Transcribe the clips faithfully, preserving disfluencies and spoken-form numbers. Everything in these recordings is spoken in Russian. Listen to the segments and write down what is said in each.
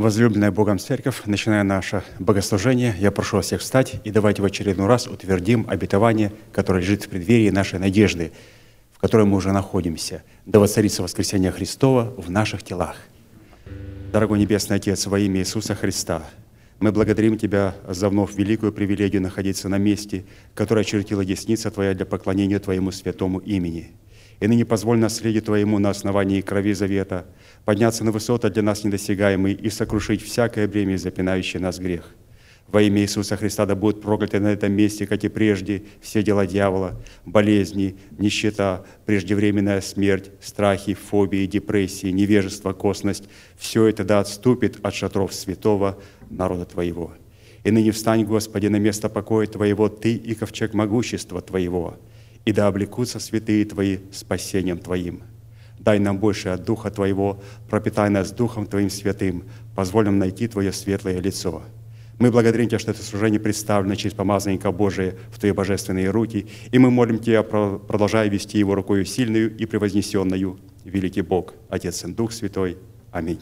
Возлюбленная Богом Церковь, начиная наше богослужение, я прошу вас всех встать и давайте в очередной раз утвердим обетование, которое лежит в преддверии нашей надежды, в которой мы уже находимся. Да воцарится воскресение Христова в наших телах. Дорогой Небесный Отец, во имя Иисуса Христа, мы благодарим Тебя за вновь великую привилегию находиться на месте, которое очертила десница Твоя для поклонения Твоему святому имени. И ныне позволь наследию Твоему на основании крови завета подняться на высоты для нас недосягаемые и сокрушить всякое бремя, запинающее нас грех. Во имя Иисуса Христа да будут прокляты на этом месте, как и прежде, все дела дьявола, болезни, нищета, преждевременная смерть, страхи, фобии, депрессии, невежество, косность. Все это да отступит от шатров святого народа Твоего. И ныне встань, Господи, на место покоя Твоего, Ты и ковчег могущества Твоего, и да облекутся святые Твои спасением Твоим. Дай нам больше от Духа Твоего, пропитай нас Духом Твоим святым, позволь нам найти Твое светлое лицо. Мы благодарим Тебя, что это служение представлено через помазанника Божия в Твои божественные руки, и мы молим Тебя, продолжая вести его рукою сильную и превознесенную, великий Бог, Отец и Дух Святой. Аминь.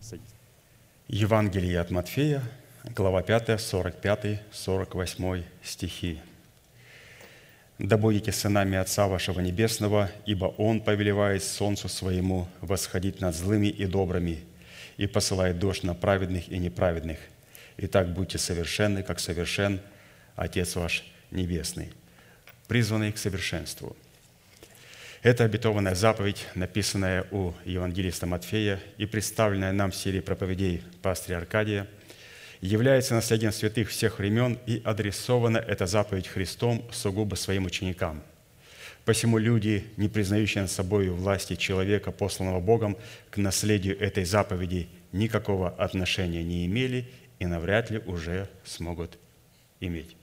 Евангелие от Матфея, глава пятая, сорок пятый сорок восьмой стихи. «Да будете сынами Отца вашего Небесного, ибо Он повелевает солнцу своему восходить над злыми и добрыми, и посылает дождь на праведных и неправедных. Итак, будьте совершенны, как совершен Отец ваш Небесный», призванный к совершенству. Это обетованная заповедь, написанная у евангелиста Матфея и представленная нам в серии проповедей пастыря Аркадия, является наследием святых всех времен, и адресована эта заповедь Христом сугубо своим ученикам. Посему люди, не признающие над собой власти человека, посланного Богом, к наследию этой заповеди никакого отношения не имели и навряд ли уже смогут иметь.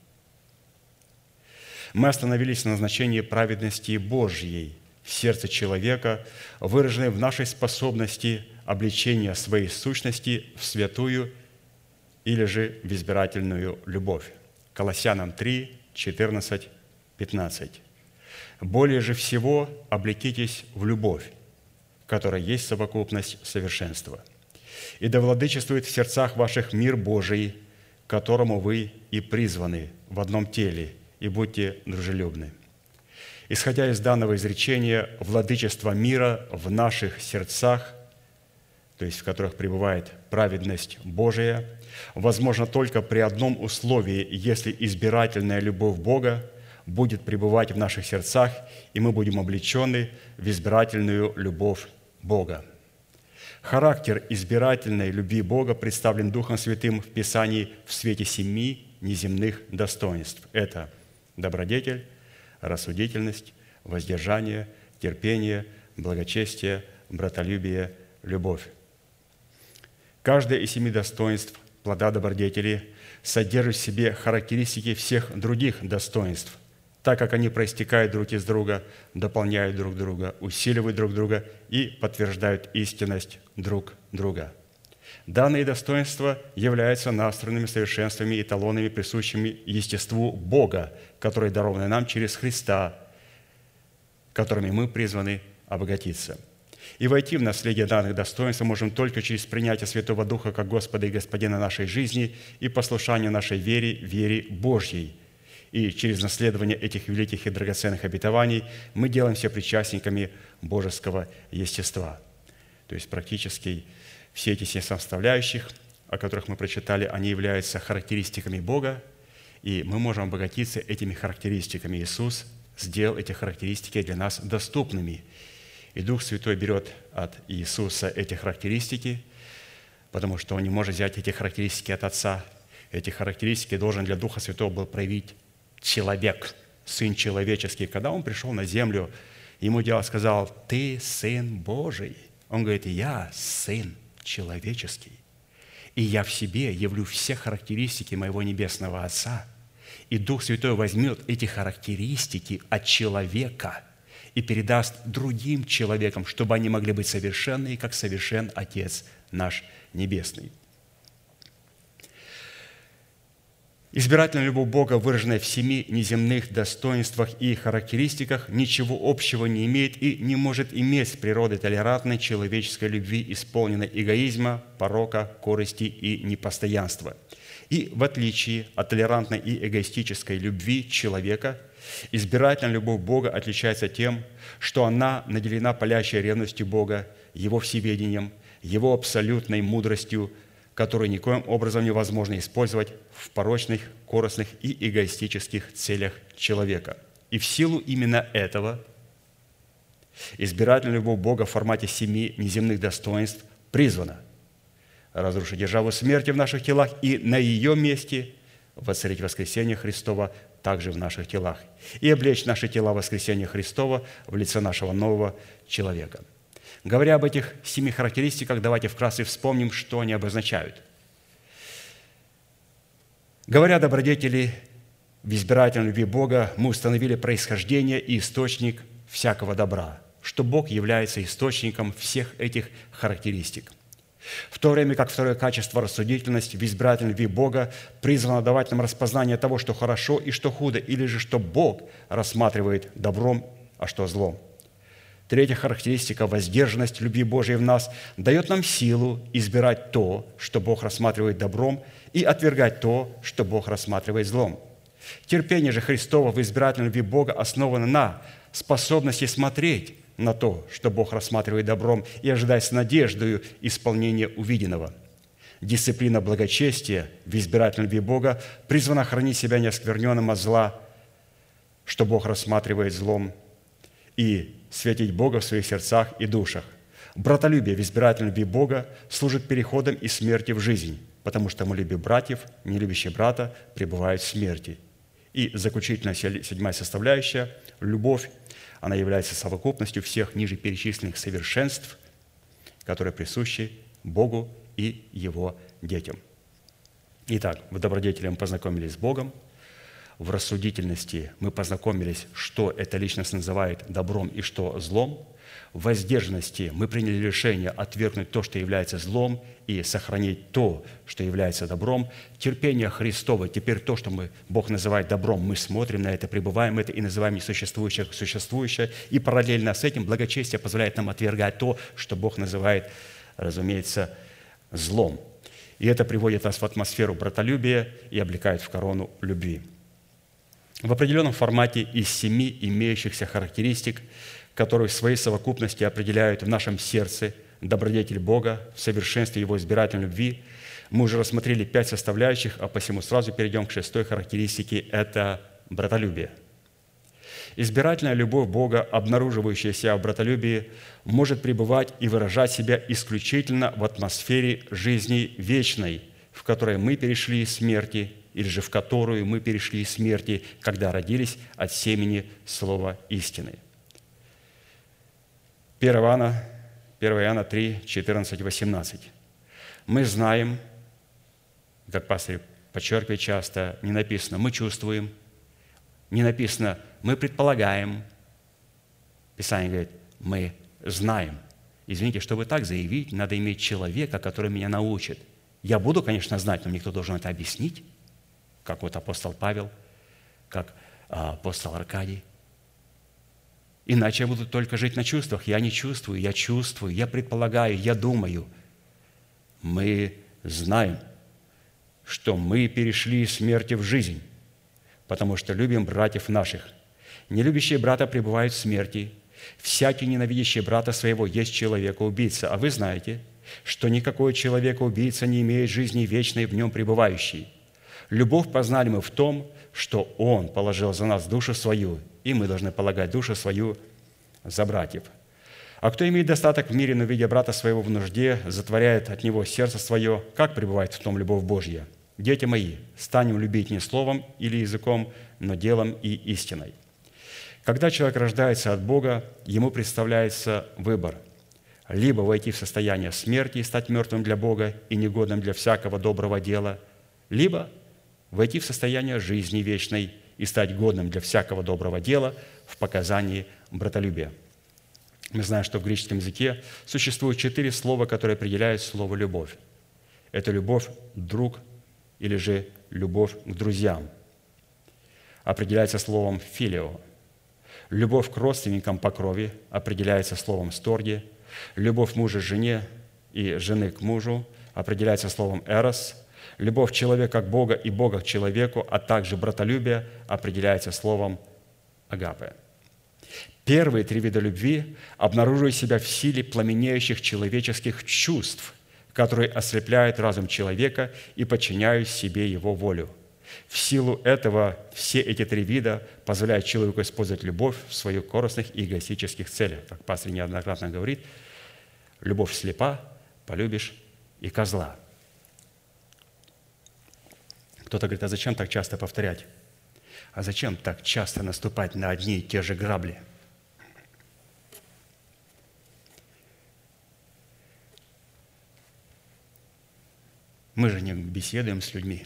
Мы остановились на значении праведности Божьей в сердце человека, выраженной в нашей способности обличения своей сущности в святую или же в избирательную любовь. Колоссянам три, четырнадцать, пятнадцать. «Более же всего облекитесь в любовь, которая есть совокупность совершенства. И да владычествует в сердцах ваших мир Божий, к которому вы и призваны в одном теле, и будьте дружелюбны». Исходя из данного изречения, владычество мира в наших сердцах, то есть в которых пребывает праведность Божия, возможно только при одном условии, если избирательная любовь Бога будет пребывать в наших сердцах, и мы будем облечены в избирательную любовь Бога. Характер избирательной любви Бога представлен Духом Святым в Писании в свете семи неземных достоинств. Это добродетель, рассудительность, воздержание, терпение, благочестие, братолюбие, любовь. Каждое из семи достоинств плода добродетели содержит в себе характеристики всех других достоинств, так как они проистекают друг из друга, дополняют друг друга, усиливают друг друга и подтверждают истинность друг друга. Данные достоинства являются нравственными совершенствами и эталонами, присущими естеству Бога, которые дарованы нам через Христа, которыми мы призваны обогатиться. И войти в наследие данных достоинств мы можем только через принятие Святого Духа как Господа и Господина нашей жизни и послушание нашей вере, вере Божьей. И через наследование этих великих и драгоценных обетований мы делаемся причастниками божеского естества. То есть практически все эти семь составляющих, о которых мы прочитали, они являются характеристиками Бога, и мы можем обогатиться этими характеристиками. Иисус сделал эти характеристики для нас доступными. И Дух Святой берет от Иисуса эти характеристики, потому что Он не может взять эти характеристики от Отца. Эти характеристики должен для Духа Святого был проявить человек, Сын человеческий. Когда Он пришел на землю, Ему дьявол сказал: «Ты Сын Божий». Он говорит: «Я Сын человеческий, и я в себе явлю все характеристики моего Небесного Отца». И Дух Святой возьмет эти характеристики от человека и передаст другим человекам, чтобы они могли быть совершенны, как совершен Отец наш Небесный. Избирательная любовь Бога, выраженная в семи неземных достоинствах и характеристиках, ничего общего не имеет и не может иметь с природой толерантной человеческой любви, исполненной эгоизма, порока, корысти и непостоянства. И в отличие от толерантной и эгоистической любви человека, избирательная любовь Бога отличается тем, что она наделена палящей ревностью Бога, Его всеведением, Его абсолютной мудростью, которую никоим образом невозможно использовать в порочных, корыстных и эгоистических целях человека. И в силу именно этого избирательная любовь Бога в формате семи неземных достоинств призвана разрушить державу смерти в наших телах и на ее месте воцарить воскресение Христова также в наших телах и облечь наши тела воскресения Христова в лице нашего нового человека. Говоря об этих семи характеристиках, давайте вкратце вспомним, что они обозначают. Говоря о добродетели в избирательной любви Бога, мы установили происхождение и источник всякого добра, что Бог является источником всех этих характеристик. В то время как второе качество, рассудительность в избирательной любви Бога, призвано давать нам распознание того, что хорошо и что худо, или же что Бог рассматривает добром, а что злом. Третья характеристика, воздержанность любви Божией в нас, дает нам силу избирать то, что Бог рассматривает добром, и отвергать то, что Бог рассматривает злом. Терпение же Христово в избирательной любви Бога основано на способности смотреть на то, что Бог рассматривает добром, и ожидать с надеждою исполнения увиденного. Дисциплина благочестия в избирательной любви Бога призвана хранить себя неоскверненным от зла, что Бог рассматривает злом, и светить Бога в своих сердцах и душах. Братолюбие в избирательной любви Бога служит переходом из смерти в жизнь, потому что мы любим братьев, не любящие брата пребывают в смерти. И заключительная седьмая составляющая – любовь. Она является совокупностью всех ниже перечисленных совершенств, которые присущи Богу и Его детям. Итак, в добродетели мы познакомились с Богом, в рассудительности мы познакомились, что эта личность называет добром и что злом. В воздержанности мы приняли решение отвергнуть то, что является злом, и сохранить то, что является добром. Терпение Христово, теперь то, что мы, Бог называет добром, мы смотрим на это, пребываем это и называем несуществующее как существующее. И параллельно с этим благочестие позволяет нам отвергать то, что Бог называет, разумеется, злом. И это приводит нас в атмосферу братолюбия и облекает в корону любви. В определенном формате из семи имеющихся характеристик, которые в своей совокупности определяют в нашем сердце добродетель Бога в совершенстве Его избирательной любви, мы уже рассмотрели пять составляющих, а посему сразу перейдем к шестой характеристике – это братолюбие. Избирательная любовь Бога, обнаруживающая себя в братолюбии, может пребывать и выражать себя исключительно в атмосфере жизни вечной, в которой мы перешли из смерти, или же в которую мы перешли из смерти, когда родились от семени слова истины. первое Иоанна, первое Иоанна три, четырнадцать, восемнадцать. Мы знаем, как пастырь подчеркивает часто, не написано «мы чувствуем», не написано «мы предполагаем». Писание говорит «мы знаем». Извините, чтобы так заявить, надо иметь человека, который меня научит. Я буду, конечно, знать, но мне кто должен это объяснить, как вот апостол Павел, как апостол Аркадий. Иначе я буду только жить на чувствах. Я не чувствую, я чувствую, я предполагаю, я думаю. Мы знаем, что мы перешли из смерти в жизнь, потому что любим братьев наших. Нелюбящие брата пребывают в смерти. Всякий ненавидящий брата своего есть человека-убийца. А вы знаете, что никакой человека-убийца не имеет жизни вечной в нем пребывающей. Любовь познали мы в том, что Он положил за нас душу свою, и мы должны полагать душу свою за братьев. А кто имеет достаток в мире, но, видя брата своего в нужде, затворяет от него сердце свое, как пребывает в том любовь Божья? Дети мои, станем любить не словом или языком, но делом и истиной. Когда человек рождается от Бога, ему представляется выбор – либо войти в состояние смерти и стать мертвым для Бога и негодным для всякого доброго дела, либо войти в состояние жизни вечной и стать годным для всякого доброго дела в показании братолюбия. Мы знаем, что в греческом языке существует четыре слова, которые определяют слово «любовь». Это любовь друг или же любовь к друзьям определяется словом «филио». Любовь к родственникам по крови определяется словом «сторги». Любовь мужа к жене и жены к мужу определяется словом «эрос». Любовь человека к Богу и Бога к человеку, а также братолюбие определяется словом «агапе». Первые три вида любви обнаруживают себя в силе пламенеющих человеческих чувств, которые ослепляют разум человека и подчиняют себе его волю. В силу этого все эти три вида позволяют человеку использовать любовь в своих корыстных и эгоистических целях. Как пастор неоднократно говорит, любовь слепа, полюбишь и козла. Кто-то говорит, а зачем так часто повторять? А зачем так часто наступать на одни и те же грабли? Мы же не беседуем с людьми.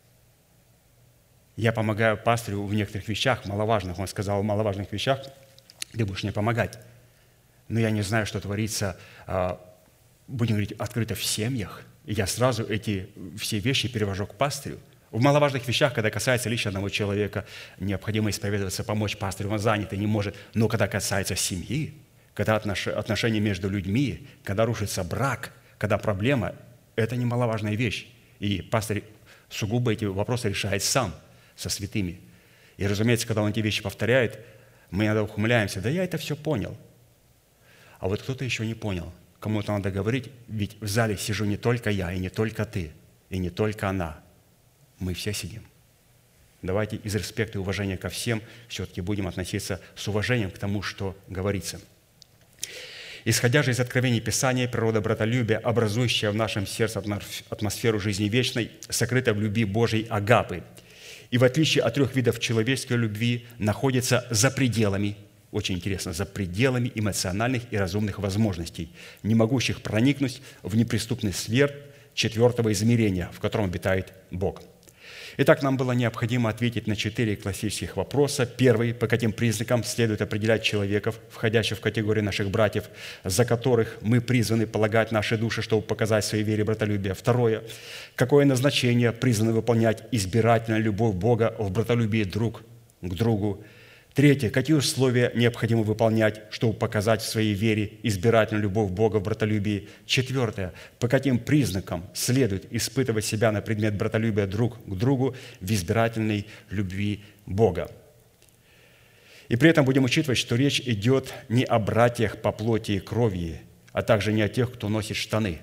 Я помогаю пастырю в некоторых вещах, маловажных. Он сказал, в маловажных вещах ты будешь мне помогать. Но я не знаю, что творится, будем говорить, открыто в семьях. И я сразу эти все вещи перевожу к пастырю. В маловажных вещах, когда касается лично одного человека, необходимо исповедоваться, помочь пастырю, он занят и не может. Но когда касается семьи, когда отношения между людьми, когда рушится брак, когда проблема, это немаловажная вещь. И пастырь сугубо эти вопросы решает сам, со святыми. И, разумеется, когда он эти вещи повторяет, мы иногда ухмыляемся, да я это все понял. А вот кто-то еще не понял. Кому-то надо говорить, ведь в зале сижу не только я, и не только ты, и не только она. Мы все сидим. Давайте из респекта и уважения ко всем все-таки будем относиться с уважением к тому, что говорится. Исходя же из откровений Писания, природа братолюбия, образующая в нашем сердце атмосферу жизни вечной, сокрыта в любви Божьей агапы. И в отличие от трех видов человеческой любви, находится за пределами, очень интересно, за пределами эмоциональных и разумных возможностей, не могущих проникнуть в неприступный свет четвертого измерения, в котором обитает Бог. Итак, нам было необходимо ответить на четыре классических вопроса. Первый, по каким признакам следует определять человеков, входящих в категорию наших братьев, за которых мы призваны полагать наши души, чтобы показать своей вере братолюбие. Второе, какое назначение призваны выполнять избирательная любовь Бога в братолюбии друг к другу. Третье, какие условия необходимо выполнять, чтобы показать в своей вере избирательную любовь Бога в братолюбии. Четвертое, по каким признакам следует испытывать себя на предмет братолюбия друг к другу в избирательной любви Бога. И при этом будем учитывать, что речь идет не о братьях по плоти и крови, а также не о тех, кто носит штаны,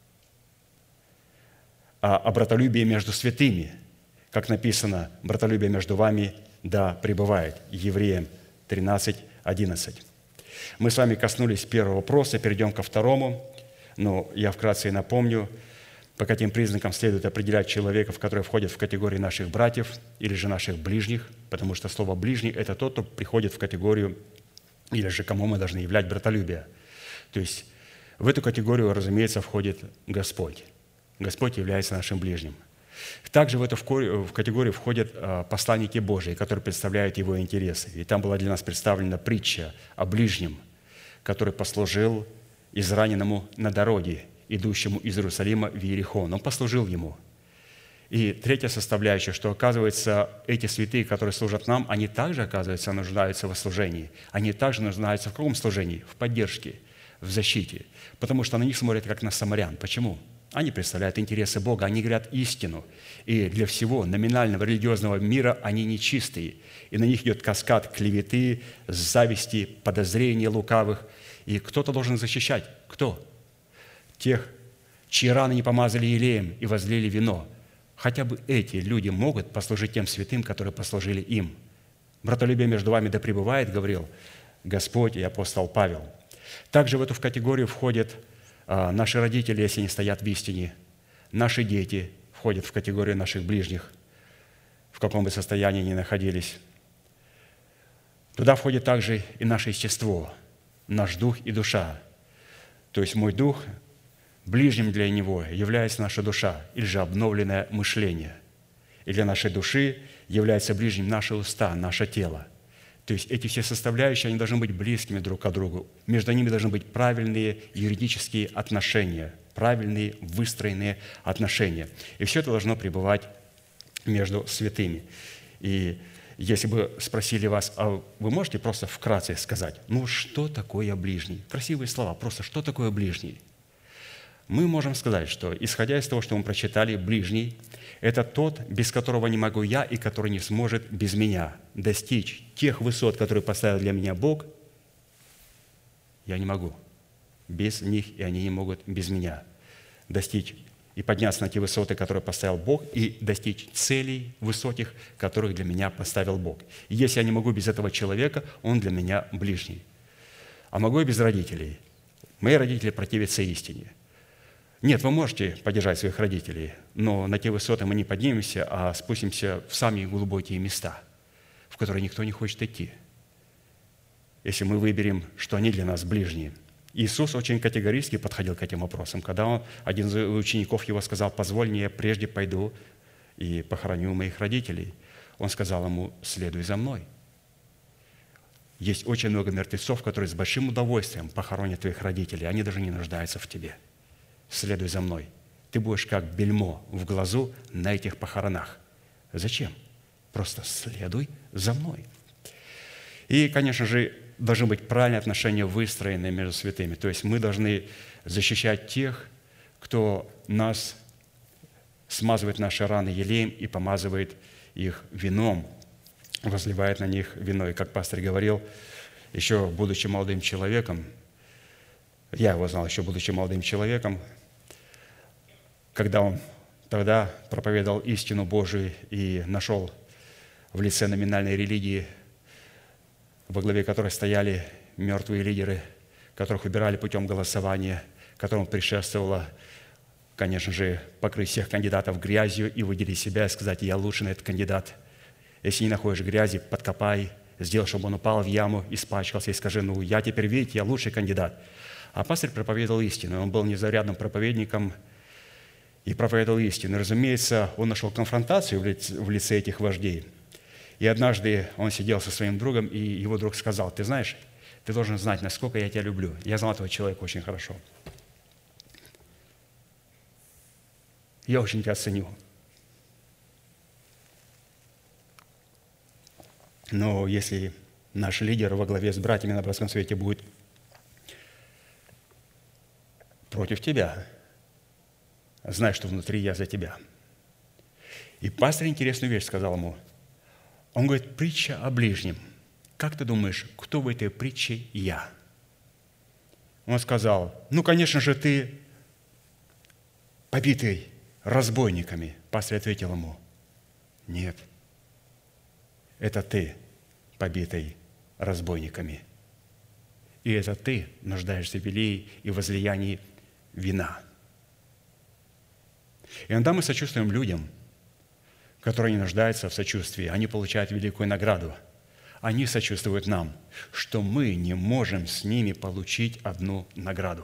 а о братолюбии между святыми, как написано, братолюбие между вами да пребывает. Евреям тринадцать, одиннадцать. Мы с вами коснулись первого вопроса, перейдем ко второму. Но я вкратце напомню, по каким признакам следует определять человеков, которые входят в категорию наших братьев или же наших ближних, потому что слово «ближний» – это тот, кто приходит в категорию, или же кому мы должны являть братолюбие. То есть в эту категорию, разумеется, входит Господь. Господь является нашим ближним. Также в эту в категорию входят посланники Божии, которые представляют Его интересы. И там была для нас представлена притча о ближнем, который послужил израненному на дороге, идущему из Иерусалима в Иерихон. Он послужил ему. И третья составляющая, что, оказывается, эти святые, которые служат нам, они также, оказывается, нуждаются во служении. Они также нуждаются в каком служении? В поддержке, в защите. Потому что на них смотрят как на самарян. Почему? Они представляют интересы Бога, они говорят истину. И для всего номинального религиозного мира они нечистые. И на них идет каскад клеветы, зависти, подозрений лукавых. И кто-то должен защищать. Кто? Тех, чьи раны не помазали елеем и возлили вино. Хотя бы эти люди могут послужить тем святым, которые послужили им. «Братолюбие между вами да пребывает», говорил Господь и апостол Павел. Также в эту категорию входят наши родители, если они стоят в истине, наши дети входят в категорию наших ближних, в каком бы состоянии ни находились. Туда входит также и наше естество, наш дух и душа. То есть мой дух, ближним для него является наша душа, или же обновленное мышление. И для нашей души является ближним наши уста, наше тело. То есть эти все составляющие, они должны быть близкими друг к другу. Между ними должны быть правильные юридические отношения, правильные выстроенные отношения. И все это должно пребывать между святыми. И если бы спросили вас, а вы можете просто вкратце сказать, ну что такое ближний? Красивые слова, просто что такое ближний? Мы можем сказать, что, исходя из того, что мы прочитали, ближний – это тот, без которого не могу я и который не сможет без меня достичь тех высот, которые поставил для меня Бог, я не могу без них, и они не могут без меня достичь и подняться на те высоты, которые поставил Бог, и достичь целей высоких, которых для меня поставил Бог. И если я не могу без этого человека, он для меня ближний. А могу и без родителей. Мои родители противятся истине. Нет, вы можете поддержать своих родителей, но на те высоты мы не поднимемся, а спустимся в самые глубокие места, в которые никто не хочет идти, если мы выберем, что они для нас ближние. Иисус очень категорически подходил к этим вопросам. Когда он, один из учеников его сказал, «Позволь мне, я прежде пойду и похороню моих родителей», он сказал ему, «Следуй за мной». Есть очень много мертвецов, которые с большим удовольствием похоронят твоих родителей, они даже не нуждаются в тебе. Следуй за мной. Ты будешь как бельмо в глазу на этих похоронах. Зачем? Просто следуй за мной. И, конечно же, должны быть правильные отношения выстроены между святыми. То есть мы должны защищать тех, кто нас смазывает наши раны елеем и помазывает их вином, возливает на них вино. И как пастор говорил, еще будучи молодым человеком, я его знал еще будучи молодым человеком, когда он тогда проповедовал истину Божию и нашел в лице номинальной религии, во главе которой стояли мертвые лидеры, которых выбирали путем голосования, которому предшествовало, конечно же, покрыть всех кандидатов грязью и выделить себя и сказать, я лучше на этот кандидат. Если не находишь грязи, подкопай, сделай, чтобы он упал в яму, испачкался, и скажи, ну, я теперь, видите, я лучший кандидат. А пастырь проповедовал истину, он был незарядным проповедником и проповедовал истину. Разумеется, он нашел конфронтацию в лице, в лице этих вождей. И однажды он сидел со своим другом, и его друг сказал, ты знаешь, ты должен знать, насколько я тебя люблю. Я знал этого человека очень хорошо. Я очень тебя ценю. Но если наш лидер во главе с братьями на братском свете будет против тебя, знай, что внутри я за тебя. И пастор интересную вещь сказал ему. Он говорит, притча о ближнем. Как ты думаешь, кто в этой притче я? Он сказал, ну, конечно же, ты побитый разбойниками. Пастор ответил ему, нет, это ты побитый разбойниками. И это ты нуждаешься в елее и возлиянии вина. И иногда мы сочувствуем людям, которые не нуждаются в сочувствии. Они получают великую награду. Они сочувствуют нам, что мы не можем с ними получить одну награду.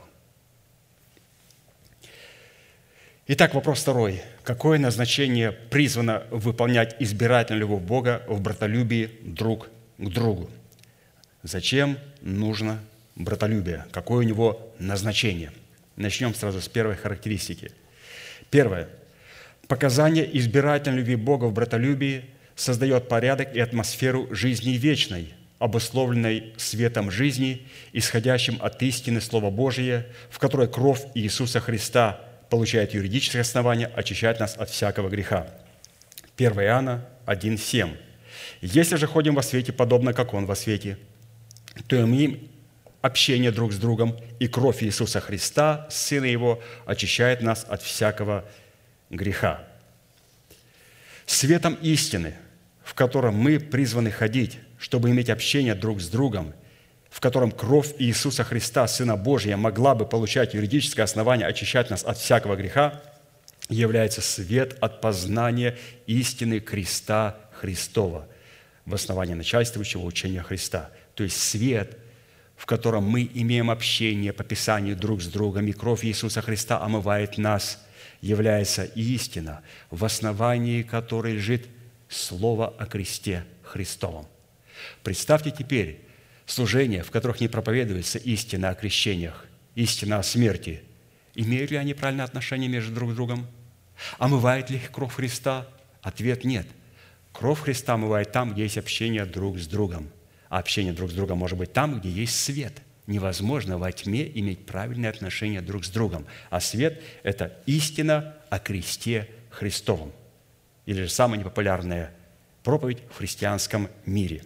Итак, вопрос второй. Какое назначение призвано выполнять избирательную любовь Бога в братолюбии друг к другу? Зачем нужно братолюбие? Какое у него назначение? Начнем сразу с первой характеристики. Первое. Показание избирательной любви Бога в братолюбии создает порядок и атмосферу жизни вечной, обусловленной светом жизни, исходящим от истины Слова Божия, в которой кровь Иисуса Христа получает юридическое основание очищать нас от всякого греха. первое Иоанна один семь. «Если же ходим во свете, подобно как Он во свете, то имеем общение друг с другом, и кровь Иисуса Христа, Сына Его, очищает нас от всякого греха». Светом истины, в котором мы призваны ходить, чтобы иметь общение друг с другом, в котором кровь Иисуса Христа, Сына Божия, могла бы получать юридическое основание очищать нас от всякого греха, является свет от познания истины креста Христова, в основании начальствующего учения Христа. То есть свет, в котором мы имеем общение по Писанию друг с другом, и кровь Иисуса Христа омывает нас, является истина, в основании которой лежит Слово о кресте Христовом. Представьте теперь служения, в которых не проповедуется истина о крещениях, истина о смерти. Имеют ли они правильное отношение между друг другом? Омывает ли их кровь Христа? Ответ – нет. Кровь Христа омывает там, где есть общение друг с другом. А общение друг с другом может быть там, где есть свет. Невозможно во тьме иметь правильные отношения друг с другом. А свет – это истина о кресте Христовом. Или же самая непопулярная проповедь в христианском мире.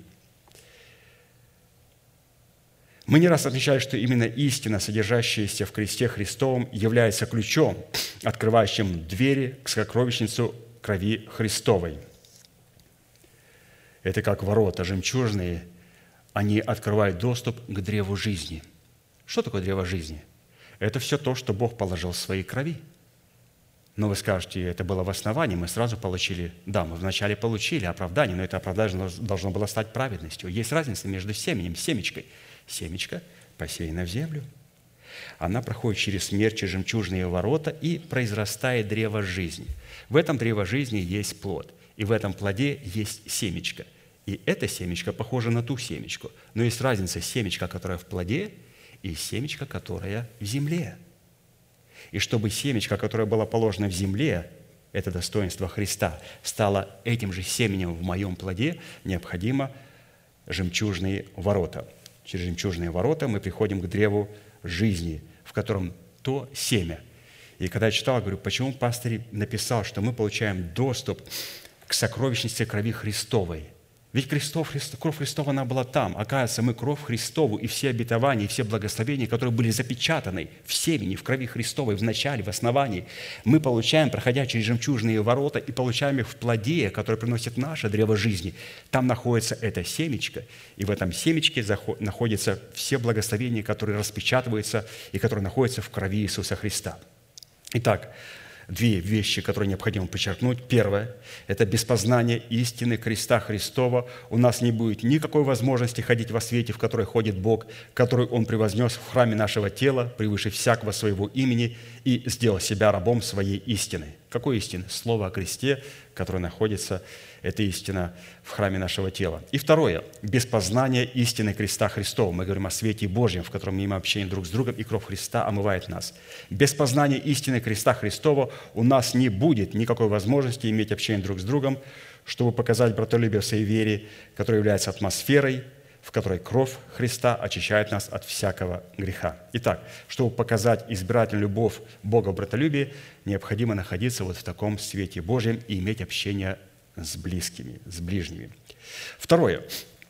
Мы не раз отмечали, что именно истина, содержащаяся в кресте Христовом, является ключом, открывающим двери к сокровищницу крови Христовой. Это как ворота жемчужные, они открывают доступ к древу жизни. Что такое древо жизни? Это все то, что Бог положил в своей крови. Но вы скажете, это было в основании, мы сразу получили, да, мы вначале получили оправдание, но это оправдание должно было стать праведностью. Есть разница между семенем, семечкой. Семечко посеяно в землю. Она проходит через смерть, через жемчужные ворота и произрастает древо жизни. В этом древо жизни есть плод, и в этом плоде есть семечко. И это семечко похоже на ту семечку. Но есть разница семечка, которая в плоде, и семечко, которое в земле. И чтобы семечко, которое было положено в земле, это достоинство Христа, стало этим же семенем в моем плоде, необходимо жемчужные ворота. Через жемчужные ворота мы приходим к древу жизни, в котором то семя. И когда я читал, говорю, почему пастырь написал, что мы получаем доступ к сокровищнице крови Христовой? Ведь Христов, кровь Христова, она была там. Оказывается, мы кровь Христову и все обетования, и все благословения, которые были запечатаны в семени, в крови Христовой, в начале, в основании, мы получаем, проходя через жемчужные ворота, и получаем их в плоде, который приносит наше древо жизни. Там находится это семечко, и в этом семечке находятся все благословения, которые распечатываются и которые находятся в крови Иисуса Христа. Итак, две вещи, которые необходимо подчеркнуть. Первое – это без познания истины креста Христова у нас не будет никакой возможности ходить во свете, в который ходит Бог, который Он превознес в храме нашего тела превыше всякого своего имени и сделал себя рабом своей истины. Какой истины? Слово о кресте, которое находится, это истина в храме нашего тела. И второе – без познания истины креста Христова. Мы говорим о свете Божьем, в котором мы имеем общение друг с другом, и кровь Христа омывает нас. Без познания истины креста Христова у нас не будет никакой возможности иметь общение друг с другом, чтобы показать братолюбие в своей вере, которая является атмосферой, в которой кровь Христа очищает нас от всякого греха. Итак, чтобы показать избирательную любовь Бога в братолюбии, необходимо находиться вот в таком свете Божьем и иметь общение с близкими, с ближними. Второе.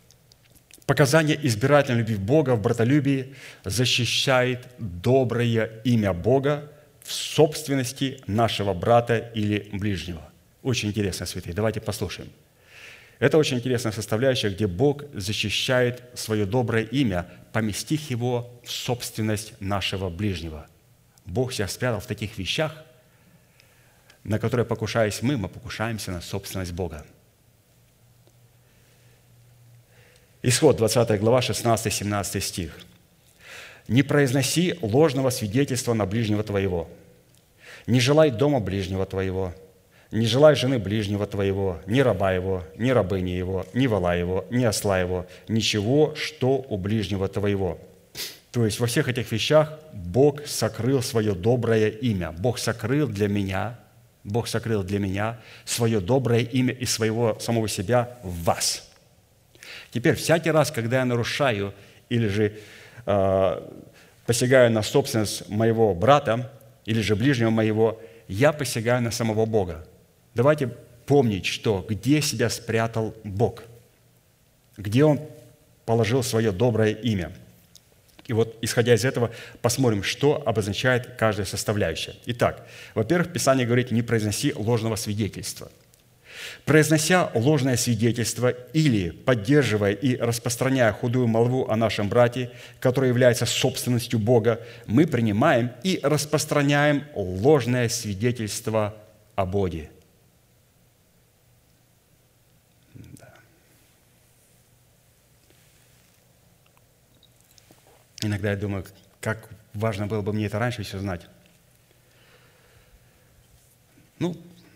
Показание избирательной любви Бога в братолюбии защищает доброе имя Бога в собственности нашего брата или ближнего. Очень интересно, святые. Давайте послушаем. Это очень интересная составляющая, где Бог защищает свое доброе имя, поместив его в собственность нашего ближнего. Бог себя спрятал в таких вещах, на которые, покушаясь мы, мы покушаемся на собственность Бога. Исход, двадцатая глава, шестнадцатый-семнадцатый стих. «Не произноси ложного свидетельства на ближнего твоего, не желай дома ближнего твоего, не желай жены ближнего твоего, ни раба его, ни рабыни его, ни вола его, ни осла его, ничего, что у ближнего твоего». То есть во всех этих вещах Бог сокрыл свое доброе имя. Бог сокрыл для меня, Бог сокрыл для меня свое доброе имя и своего самого себя в вас. Теперь, всякий раз, когда я нарушаю или же э, посягаю на собственность моего брата или же ближнего моего, я посягаю на самого Бога. Давайте помнить, что где себя спрятал Бог, где Он положил свое доброе имя. И вот, исходя из этого, посмотрим, что обозначает каждая составляющая. Итак, во-первых, Писание говорит, не произноси ложного свидетельства. Произнося ложное свидетельство или поддерживая и распространяя худую молву о нашем брате, который является собственностью Бога, мы принимаем и распространяем ложное свидетельство о Боге. Да. Иногда я думаю, как важно было бы мне это раньше все знать. Ну,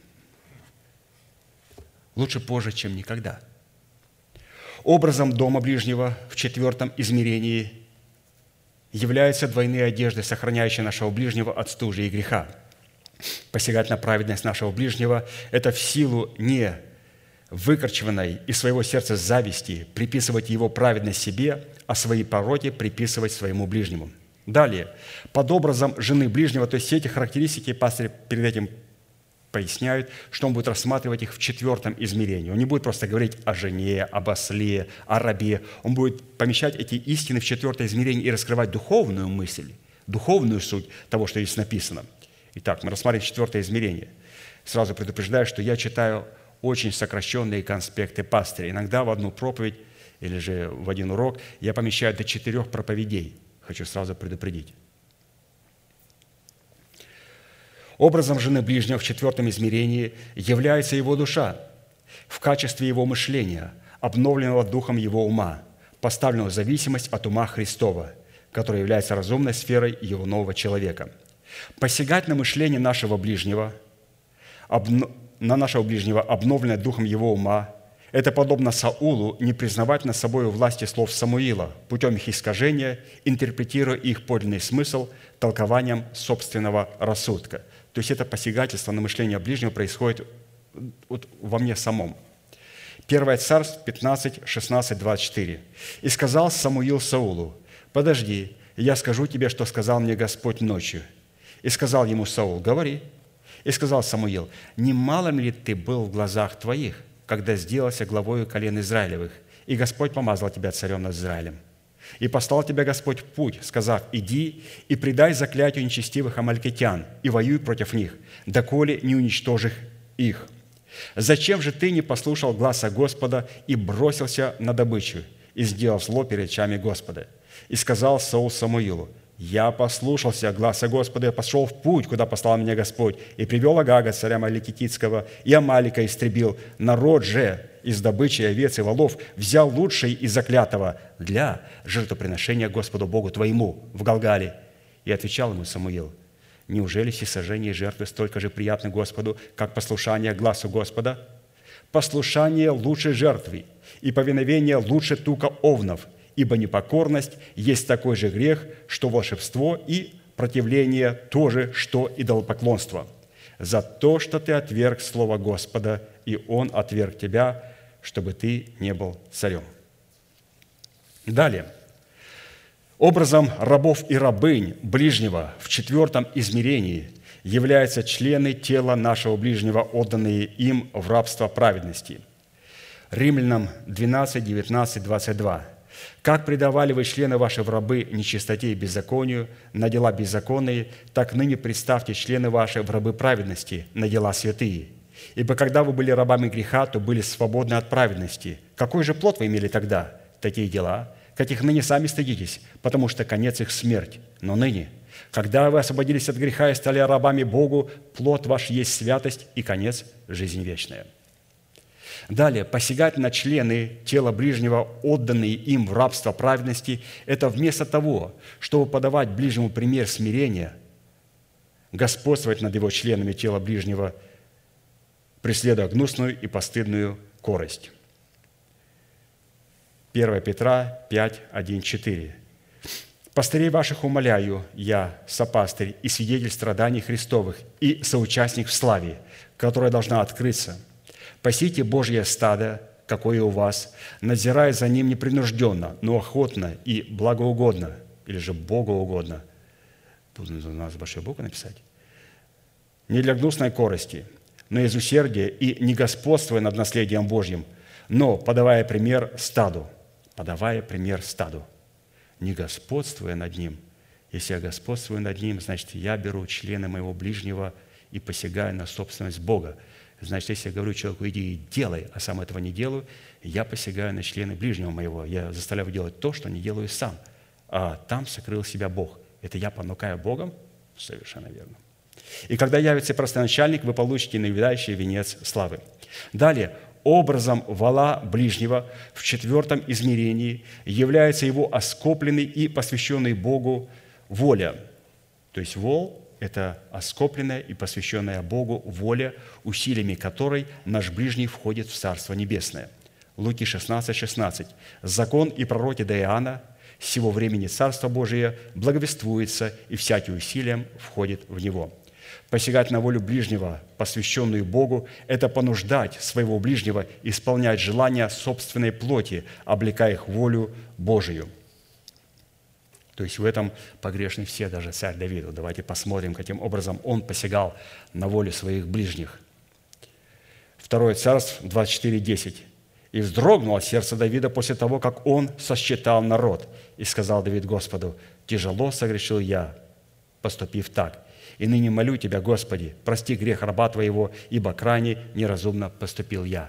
лучше позже, чем никогда. Образом дома ближнего в четвертом измерении являются двойные одежды, сохраняющие нашего ближнего от стужи и греха. Посягать на праведность нашего ближнего – это в силу не выкорчеванной из своего сердца зависти приписывать его праведность себе, а свои пороки приписывать своему ближнему. Далее, под образом жены ближнего, то есть все эти характеристики пастырь перед этим поясняют, что он будет рассматривать их в четвертом измерении. Он не будет просто говорить о жене, об осле, о рабе. Он будет помещать эти истины в четвертое измерение и раскрывать духовную мысль, духовную суть того, что здесь написано. Итак, мы рассматриваем четвертое измерение. Сразу предупреждаю, что я читаю очень сокращенные конспекты пастыря. Иногда в одну проповедь или же в один урок я помещаю до четырех проповедей. Хочу сразу предупредить. Образом жены ближнего в четвертом измерении является его душа в качестве его мышления, обновленного духом его ума, поставленного в зависимость от ума Христова, который является разумной сферой его нового человека. Посягать на мышление нашего ближнего, на нашего ближнего, обновленное духом его ума, это подобно Саулу не признавать над собой власти слов Самуила путем их искажения, интерпретируя их подлинный смысл толкованием собственного рассудка. То есть это посягательство на мышление ближнего происходит вот во мне самом. Первое Царств пятнадцать, шестнадцать, двадцать четыре. «И сказал Самуил Саулу: подожди, я скажу тебе, что сказал мне Господь ночью. И сказал ему Саул: говори. И сказал Самуил: не малым ли ты был в глазах твоих, когда сделался главою колен Израилевых, и Господь помазал тебя царем над Израилем? И послал тебя Господь в путь, сказав: иди и предай заклятию нечестивых амалькитян, и воюй против них, доколе не уничтожишь их. Зачем же ты не послушал гласа Господа и бросился на добычу, и сделал зло перед очами Господа? И сказал Саул Самуилу: я послушался гласа Господа и пошел в путь, куда послал меня Господь, и привел Агага, царя Амаликитского, и Амалика истребил. Народ же из добычи овец и волов взял лучший из заклятого для жертвоприношения Господу Богу твоему в Галгале. И отвечал ему Самуил: неужели всесожжение и жертвы столько же приятны Господу, как послушание гласу Господа? Послушание лучше жертвы, и повиновение лучше тука овнов, ибо непокорность есть такой же грех, что волшебство, и противление тоже, что идолопоклонство. За то, что ты отверг слово Господа, и Он отверг тебя, чтобы ты не был царем». Далее. Образом рабов и рабынь ближнего в четвертом измерении являются члены тела нашего ближнего, отданные им в рабство праведности. Римлянам двенадцать, девятнадцать, двадцать два. «Как предавали вы члены ваши в рабы нечистоте и беззаконию на дела беззаконные, так ныне представьте члены ваши в рабы праведности на дела святые. Ибо когда вы были рабами греха, то были свободны от праведности. Какой же плод вы имели тогда? Такие дела, каких ныне сами стыдитесь, потому что конец их смерть. Но ныне, когда вы освободились от греха и стали рабами Богу, плод ваш есть святость и конец – жизнь вечная». Далее, посягать на члены тела ближнего, отданные им в рабство праведности, это вместо того, чтобы подавать ближнему пример смирения, господствовать над его членами тела ближнего, преследуя гнусную и постыдную корость. первое Петра пять, один, четыре. «Пастырей ваших умоляю я, сопастырь и свидетель страданий Христовых, и соучастник в славе, которая должна открыться. Пасите Божье стадо, какое у вас, надзирая за ним непринужденно, но охотно и благоугодно», или же богоугодно. Тут у нас большой буквы написать. «Не для гнусной корости, но из усердия и не господствуя над наследием Божьим, но подавая пример стаду». Подавая пример стаду. Не господствуя над ним. Если я господствую над ним, значит, я беру члены моего ближнего и посягаю на собственность Бога. Значит, если я говорю человеку: иди и делай, а сам этого не делаю, я посягаю на члены ближнего моего. Я заставляю его делать то, что не делаю сам. А там сокрыл себя Бог. Это я понукаю Богом? Совершенно верно. «И когда явится простоначальник, вы получите наивящий венец славы». Далее. Образом вола ближнего в четвертом измерении является его оскопленный и посвященный Богу воля. То есть вол – это оскопленная и посвященная Богу воля, усилиями которой наш ближний входит в Царство Небесное. Луки шестнадцать, шестнадцать. «Закон и пророки до Иоанна, с сего времени Царство Божие благовествуется, и всякий усилием входит в него». Посягать на волю ближнего, посвященную Богу, это понуждать своего ближнего исполнять желания собственной плоти, облекая их в волю Божию. То есть в этом погрешны все, даже царь Давид. Давайте посмотрим, каким образом он посягал на волю своих ближних. Второе Царств двадцать четыре десять. «И вздрогнуло сердце Давида после того, как он сосчитал народ. И сказал Давид Господу: тяжело согрешил я, поступив так. И ныне молю Тебя, Господи, прости грех раба Твоего, ибо крайне неразумно поступил я».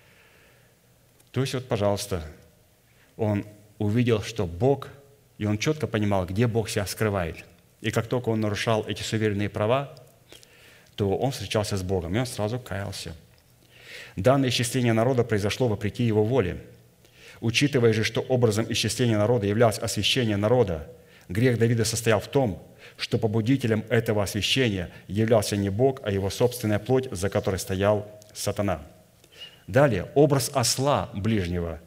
То есть вот, пожалуйста, он увидел, что Бог, и он четко понимал, где Бог себя скрывает. И как только он нарушал эти суверенные права, то он встречался с Богом, и он сразу каялся. Данное исчисление народа произошло вопреки его воле. Учитывая же, что образом исчисления народа являлось освящение народа, грех Давида состоял в том, что побудителем этого освящения являлся не Бог, а его собственная плоть, за которой стоял сатана. Далее, образ осла ближнего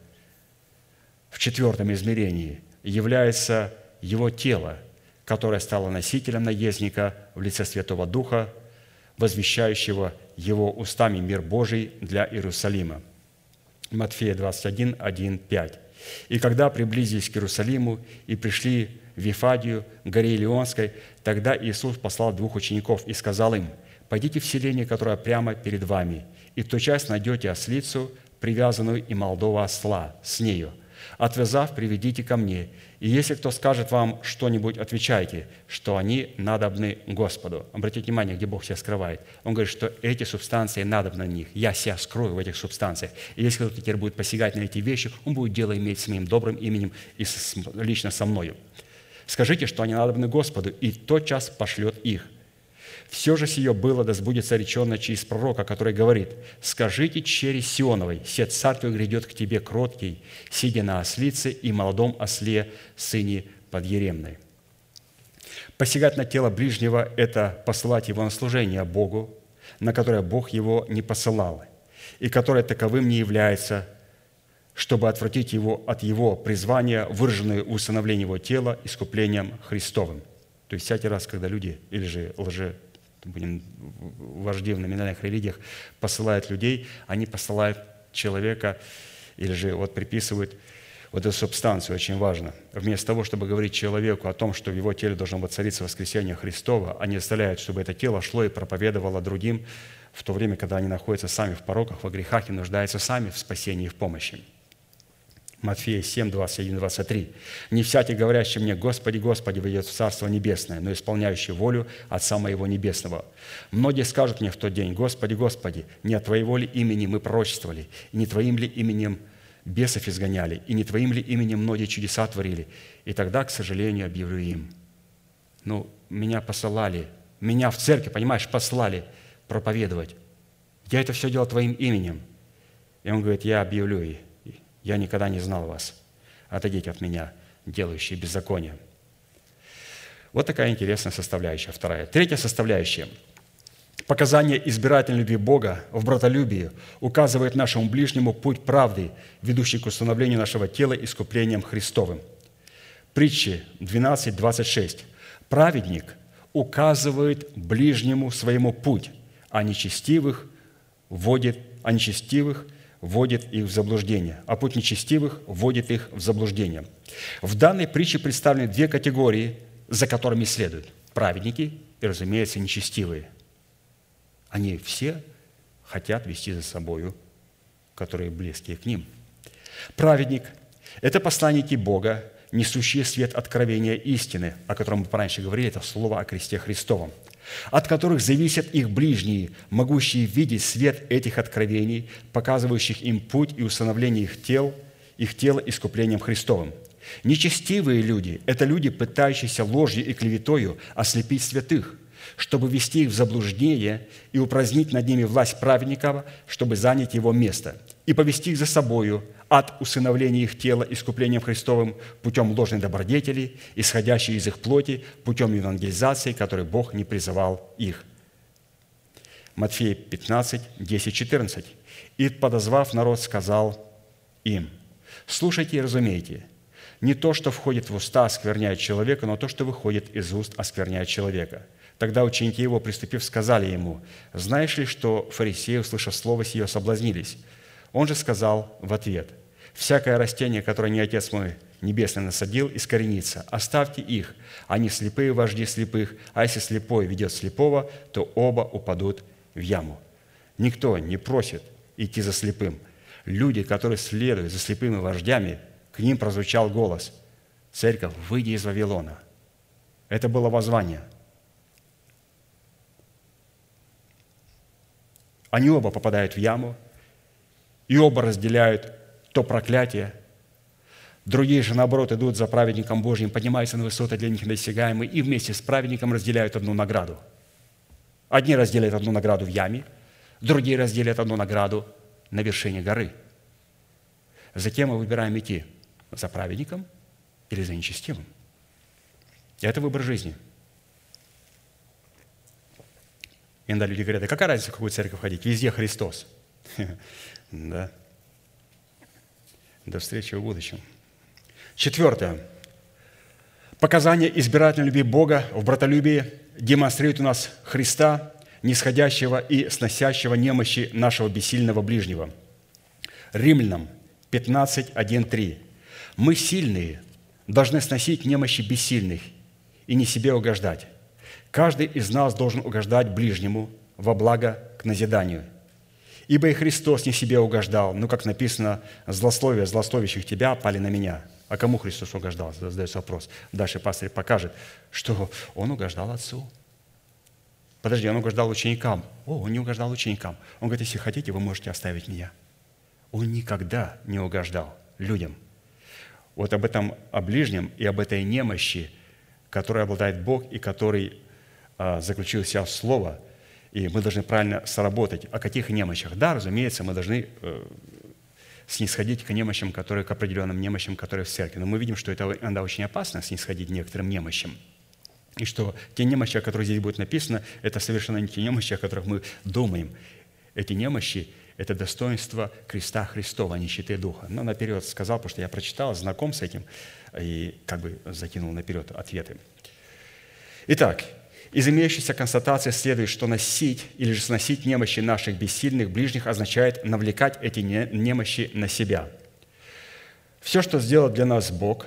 в четвертом измерении является его тело, которое стало носителем наездника в лице Святого Духа, возвещающего его устами мир Божий для Иерусалима. Матфея двадцать один, один, пять. «И когда приблизились к Иерусалиму и пришли в Вифадию, горе Илионской, тогда Иисус послал двух учеников и сказал им: пойдите в селение, которое прямо перед вами, и тотчас найдете ослицу, привязанную и молодого осла с нею. Отвязав, приведите ко мне, и если кто скажет вам что-нибудь, отвечайте, что они надобны Господу». Обратите внимание, где Бог себя скрывает. Он говорит, что эти субстанции надобны на них. Я себя скрою в этих субстанциях. И если кто-то теперь будет посягать на эти вещи, он будет дело иметь с моим добрым именем и лично со мною. Скажите, что они надобны Господу, и тотчас пошлет их. Все же сие было, да сбудется речено через пророка, который говорит: «Скажите чере Сионовой, се царь твой грядет к тебе кроткий, сидя на ослице и молодом осле, сыне подъеремной». Посягать на тело ближнего – это посылать его на служение Богу, на которое Бог его не посылал, и которое таковым не является, чтобы отвратить его от его призвания, выраженное в усыновлении его тела искуплением Христовым. То есть всякий раз, когда люди, или же лже будем вожди в номинальных религиях посылают людей, они посылают человека или же вот приписывают вот эту субстанцию, очень важно. Вместо того, чтобы говорить человеку о том, что в его теле должно воцариться воскресение Христова, они оставляют, чтобы это тело шло и проповедовало другим, в то время, когда они находятся сами в пороках, во грехах и нуждаются сами в спасении и в помощи. Матфея семь, двадцать один, двадцать три. «Не всякий, говорящий мне: Господи, Господи, войдет в Царство Небесное, но исполняющий волю Отца Моего Небесного. Многие скажут мне в тот день: Господи, Господи, не от Твоего ли имени мы пророчествовали, и не Твоим ли именем бесов изгоняли, и не Твоим ли именем многие чудеса творили? И тогда, к сожалению, объявлю им: ну, меня посылали, меня в церковь, понимаешь, послали проповедовать. Я это все делал Твоим именем». И он говорит: я объявлю ей: я никогда не знал вас. Отойдите от меня, делающие беззаконие. Вот такая интересная составляющая. Вторая. Третья составляющая. Показание избирательной любви Бога в братолюбии указывает нашему ближнему путь правды, ведущий к установлению нашего тела искуплением Христовым. Притчи двенадцать, двадцать шесть. «Праведник указывает ближнему своему путь, а нечестивых вводит, а нечестивых вводит их в заблуждение, а путь нечестивых вводит их в заблуждение». В данной притче представлены две категории, за которыми следуют: праведники и, разумеется, нечестивые. Они все хотят вести за собою, которые близкие к ним. Праведник – это посланники Бога, несущие свет откровения истины, о котором мы раньше говорили, это слово о кресте Христовом, от которых зависят их ближние, могущие видеть свет этих откровений, показывающих им путь и установление их тел, их тела искуплением Христовым. Нечестивые люди – это люди, пытающиеся ложью и клеветою ослепить святых, чтобы ввести их в заблуждение и упразднить над ними власть праведника, чтобы занять его место, и повести их за собою от усыновления их тела искуплением Христовым путем ложной добродетели, исходящей из их плоти, путем евангелизации, которой Бог не призывал их. Матфея пятнадцать, десять, четырнадцать. «И, подозвав народ, сказал им: слушайте и разумейте, не то, что входит в уста, оскверняет человека, но то, что выходит из уст, оскверняет человека. Тогда ученики его, приступив, сказали ему: «Знаешь ли, что фарисеи, услышав слово сие, соблазнились?» Он же сказал в ответ: «Всякое растение, которое не Отец мой Небесный насадил, искоренится. Оставьте их, они слепые вожди слепых, а если слепой ведет слепого, то оба упадут в яму». Никто не просит идти за слепым. Люди, которые следуют за слепыми вождями, к ним прозвучал голос: «Церковь, выйди из Вавилона». Это было воззвание. Они оба попадают в яму, и оба разделяют то проклятие. Другие же, наоборот, идут за праведником Божьим, поднимаются на высоты для них недосягаемые, и вместе с праведником разделяют одну награду. Одни разделяют одну награду в яме, другие разделяют одну награду на вершине горы. Затем мы выбираем идти за праведником или за нечестивым. Это выбор жизни. Иногда люди говорят: а какая разница, в какую церковь ходить? Везде Христос. Да. До встречи в будущем. Четвертое. Показание избирательной любви Бога в братолюбии демонстрирует у нас Христа, нисходящего и сносящего немощи нашего бессильного ближнего. Римлянам пятнадцать, один, три. «Мы сильные должны сносить немощи бессильных и не себе угождать. Каждый из нас должен угождать ближнему во благо к назиданию. Ибо и Христос не себе угождал, но, как написано, злословие злословящих тебя пали на меня». А кому Христос угождал? Задается вопрос. Дальше пастырь покажет, что Он угождал Отцу. Подожди, Он угождал ученикам. О, Он не угождал ученикам. Он говорит: если хотите, вы можете оставить меня. Он никогда не угождал людям. Вот об этом, о ближнем и об этой немощи, которой обладает Бог и который а, заключил себя в Слово, и мы должны правильно сработать. О каких немощах? Да, разумеется, мы должны э, снисходить к немощам, которые, к определенным немощам, которые в церкви. Но мы видим, что это иногда очень опасно, снисходить к некоторым немощам. И что те немощи, о которых здесь будет написано, это совершенно не те немощи, о которых мы думаем. Эти немощи – это достоинство креста Христова, нищеты духа. Но наперед сказал, потому что я прочитал, знаком с этим, и как бы закинул наперед ответы. Итак, из имеющейся констатации следует, что носить или же сносить немощи наших бессильных ближних означает навлекать эти немощи на себя. Все, что сделал для нас Бог,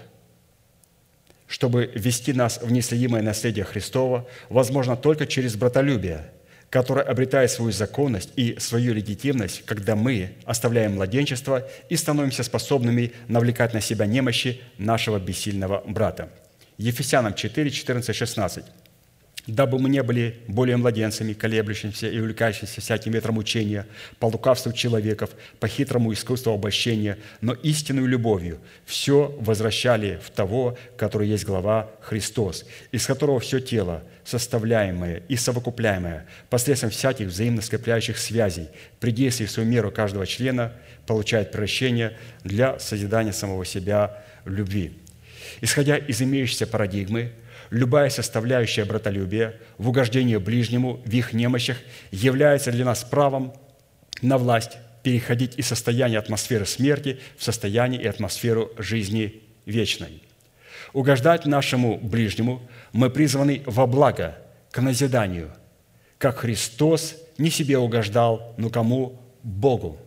чтобы ввести нас в неследимое наследие Христова, возможно только через братолюбие, которое обретает свою законность и свою легитимность, когда мы оставляем младенчество и становимся способными навлекать на себя немощи нашего бессильного брата. Ефесянам четыре, четырнадцать, шестнадцать. «Дабы мы не были более младенцами, колеблющимися и увлекающимися всяким ветром учения, по лукавству человеков, по хитрому искусству обольщения, но истинную любовью все возвращали в того, который есть глава Христос, из которого все тело, составляемое и совокупляемое посредством всяких взаимно скрепляющих связей, при действии в свою меру каждого члена, получает превращение для созидания самого себя в любви». Исходя из имеющейся парадигмы, любая составляющая братолюбия в угождении ближнему в их немощах является для нас правом на власть переходить из состояния атмосферы смерти в состояние и атмосферу жизни вечной. Угождать нашему ближнему мы призваны во благо, к назиданию, как Христос не себе угождал, но кому? Богу.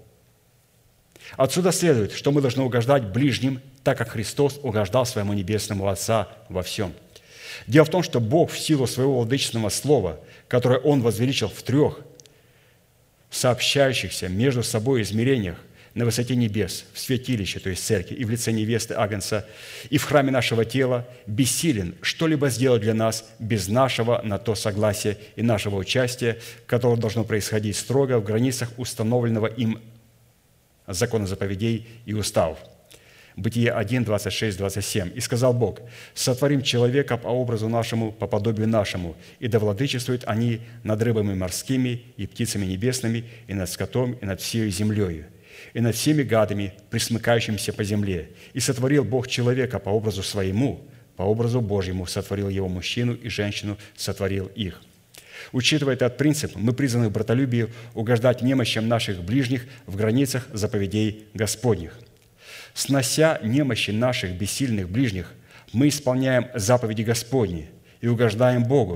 Отсюда следует, что мы должны угождать ближним, так как Христос угождал своему Небесному Отца во всем. Дело в том, что Бог в силу своего владычественного слова, которое Он возвеличил в трех сообщающихся между собой измерениях на высоте небес, в святилище, то есть церкви, и в лице невесты Агнца, и в храме нашего тела, бессилен что-либо сделать для нас без нашего на то согласия и нашего участия, которое должно происходить строго в границах установленного им закона заповедей и уставов. Бытие один, двадцать шесть, двадцать семь. «И сказал Бог: сотворим человека по образу нашему, по подобию нашему, и да владычествуют они над рыбами морскими и птицами небесными, и над скотом, и над всею землею, и над всеми гадами, пресмыкающимися по земле. И сотворил Бог человека по образу своему, по образу Божьему сотворил его мужчину и женщину, сотворил их». Учитывая этот принцип, мы призваны в братолюбии угождать немощам наших ближних в границах заповедей Господних. Снося немощи наших бессильных ближних, мы исполняем заповеди Господни и угождаем Богу,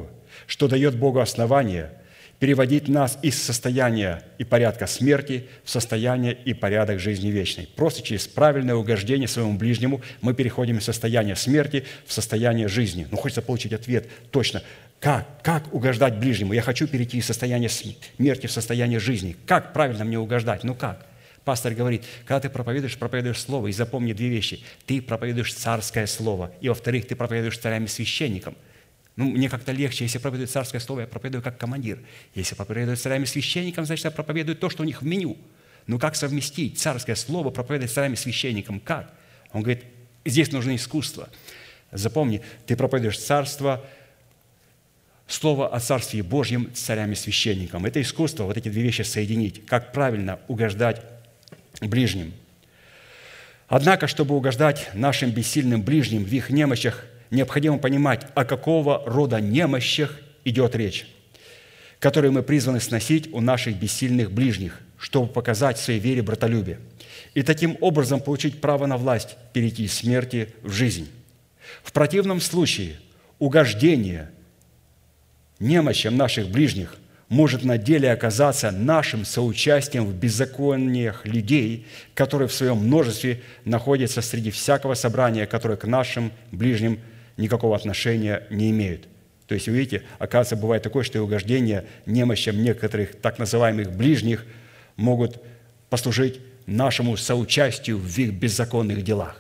что дает Богу основание переводить нас из состояния и порядка смерти в состояние и порядок жизни вечной. Просто через правильное угождение своему ближнему мы переходим из состояния смерти в состояние жизни. Ну, хочется получить ответ точно. Как? Как угождать ближнему? Я хочу перейти из состояния смерти в состояние жизни. Как правильно мне угождать? Ну как? Пастор говорит, когда ты проповедуешь, проповедуешь Слово, и запомни две вещи. Ты проповедуешь царское Слово, и, во-вторых, ты проповедуешь царям и священникам. Ну, мне как-то легче, если проповедую царское Слово, я проповедую как командир. Если проповедую царям и священникам, значит, я проповедую то, что у них в меню. Ну, как совместить царское Слово, проповедовать царям и священникам? Как? Он говорит, здесь нужно искусство. Запомни, ты проповедуешь царство, Слово о Царстве Божьем царям и священникам. Это искусство, вот эти две вещи соединить. Как правильно угождать ближним. Однако, чтобы угождать нашим бессильным ближним в их немощах, необходимо понимать, о какого рода немощах идет речь, которые мы призваны сносить у наших бессильных ближних, чтобы показать в своей вере братолюбие и таким образом получить право на власть перейти из смерти в жизнь. В противном случае угождение немощам наших ближних может на деле оказаться нашим соучастием в беззакониях людей, которые в своем множестве находятся среди всякого собрания, которое к нашим ближним никакого отношения не имеют. То есть, вы видите, оказывается, бывает такое, что и угождение немощам некоторых так называемых ближних могут послужить нашему соучастию в их беззаконных делах.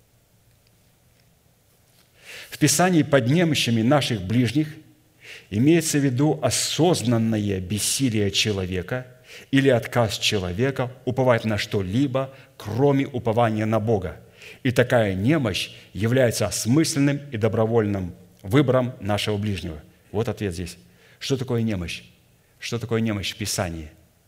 В Писании под немощами наших ближних имеется в виду осознанное бессилие человека или отказ человека уповать на что-либо, кроме упования на Бога. И такая немощь является осмысленным и добровольным выбором нашего ближнего. Вот ответ здесь. Что такое немощь? Что такое немощь в Писании?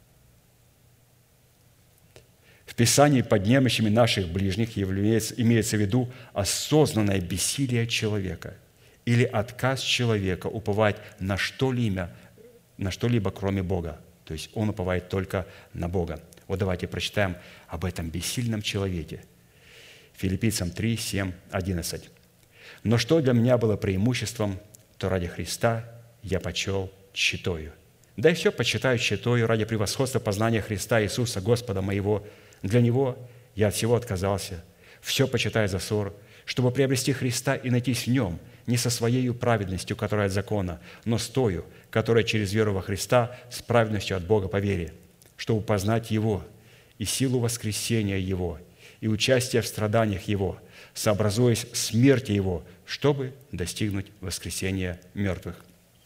В Писании под немощами наших ближних является, имеется в виду осознанное бессилие человека или отказ человека уповать на что-либо, на что-либо, кроме Бога. То есть он уповает только на Бога. Вот давайте прочитаем об этом бессильном человеке. Филиппийцам три, семь, одиннадцать. «Но что для меня было преимуществом, то ради Христа я почел тщетою. Да и все почитаю тщетою ради превосходства познания Христа Иисуса, Господа моего. Для Него я от всего отказался. Все почитаю за ссор, чтобы приобрести Христа и найтись в Нем, не со своей праведностью, которая от закона, но с тою, которая через веру во Христа, с праведностью от Бога по вере, чтобы познать Его и силу воскресения Его, и участие в страданиях Его, сообразуясь смерти Его, чтобы достигнуть воскресения мертвых».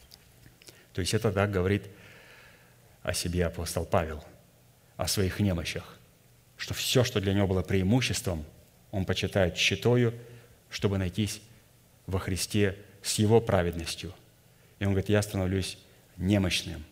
То есть это так говорит о себе апостол Павел, о своих немощах, что все, что для него было преимуществом, он почитает тщетою, чтобы найтись во Христе с Его праведностью. И он говорит, я становлюсь немощным.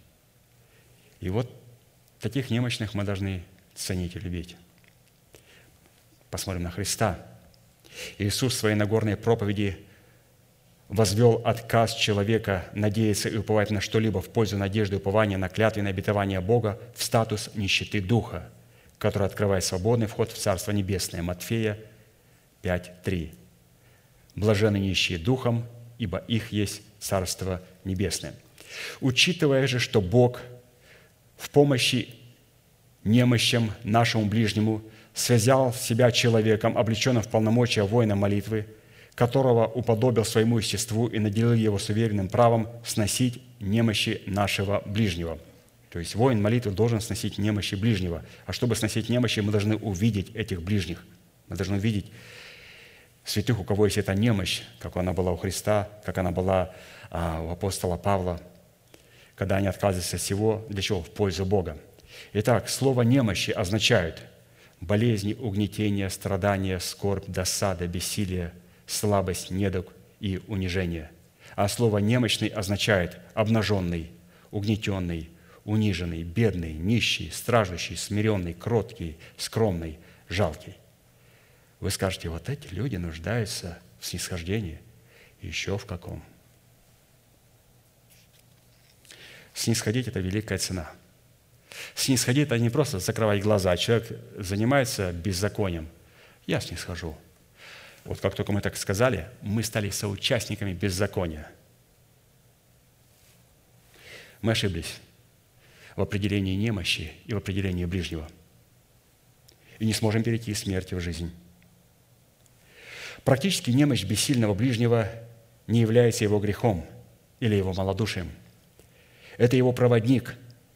И вот таких немощных мы должны ценить и любить. Посмотрим на Христа. Иисус в своей Нагорной проповеди возвел отказ человека надеяться и уповать на что-либо в пользу надежды и упования на клятвенное обетование Бога в статус нищеты Духа, который открывает свободный вход в Царство Небесное. Матфея пять, три. «Блаженны нищие духом, ибо их есть Царство Небесное». Учитывая же, что Бог в помощи немощам нашему ближнему связал себя человеком, облеченным в полномочия воина молитвы, которого уподобил своему естеству и наделил его суверенным правом сносить немощи нашего ближнего. То есть воин молитвы должен сносить немощи ближнего. А чтобы сносить немощи, мы должны увидеть этих ближних. Мы должны увидеть святых, у кого есть эта немощь, как она была у Христа, как она была а, у апостола Павла, когда они отказывались от всего, для чего? В пользу Бога. Итак, слово «немощи» означает болезни, угнетения, страдания, скорбь, досада, бессилие, слабость, недуг и унижение. А слово «немощный» означает обнаженный, угнетенный, униженный, бедный, нищий, страждущий, смиренный, кроткий, скромный, жалкий. Вы скажете, вот эти люди нуждаются в снисхождении. Еще в каком? Снисходить – это великая цена. Снисходить – это не просто закрывать глаза. Человек занимается беззаконием. Я снисхожу. Вот как только мы так сказали, мы стали соучастниками беззакония. Мы ошиблись в определении немощи и в определении ближнего. И не сможем перейти из смерти в жизнь. Практически немощь бессильного ближнего не является его грехом или его малодушием. Это его проводник.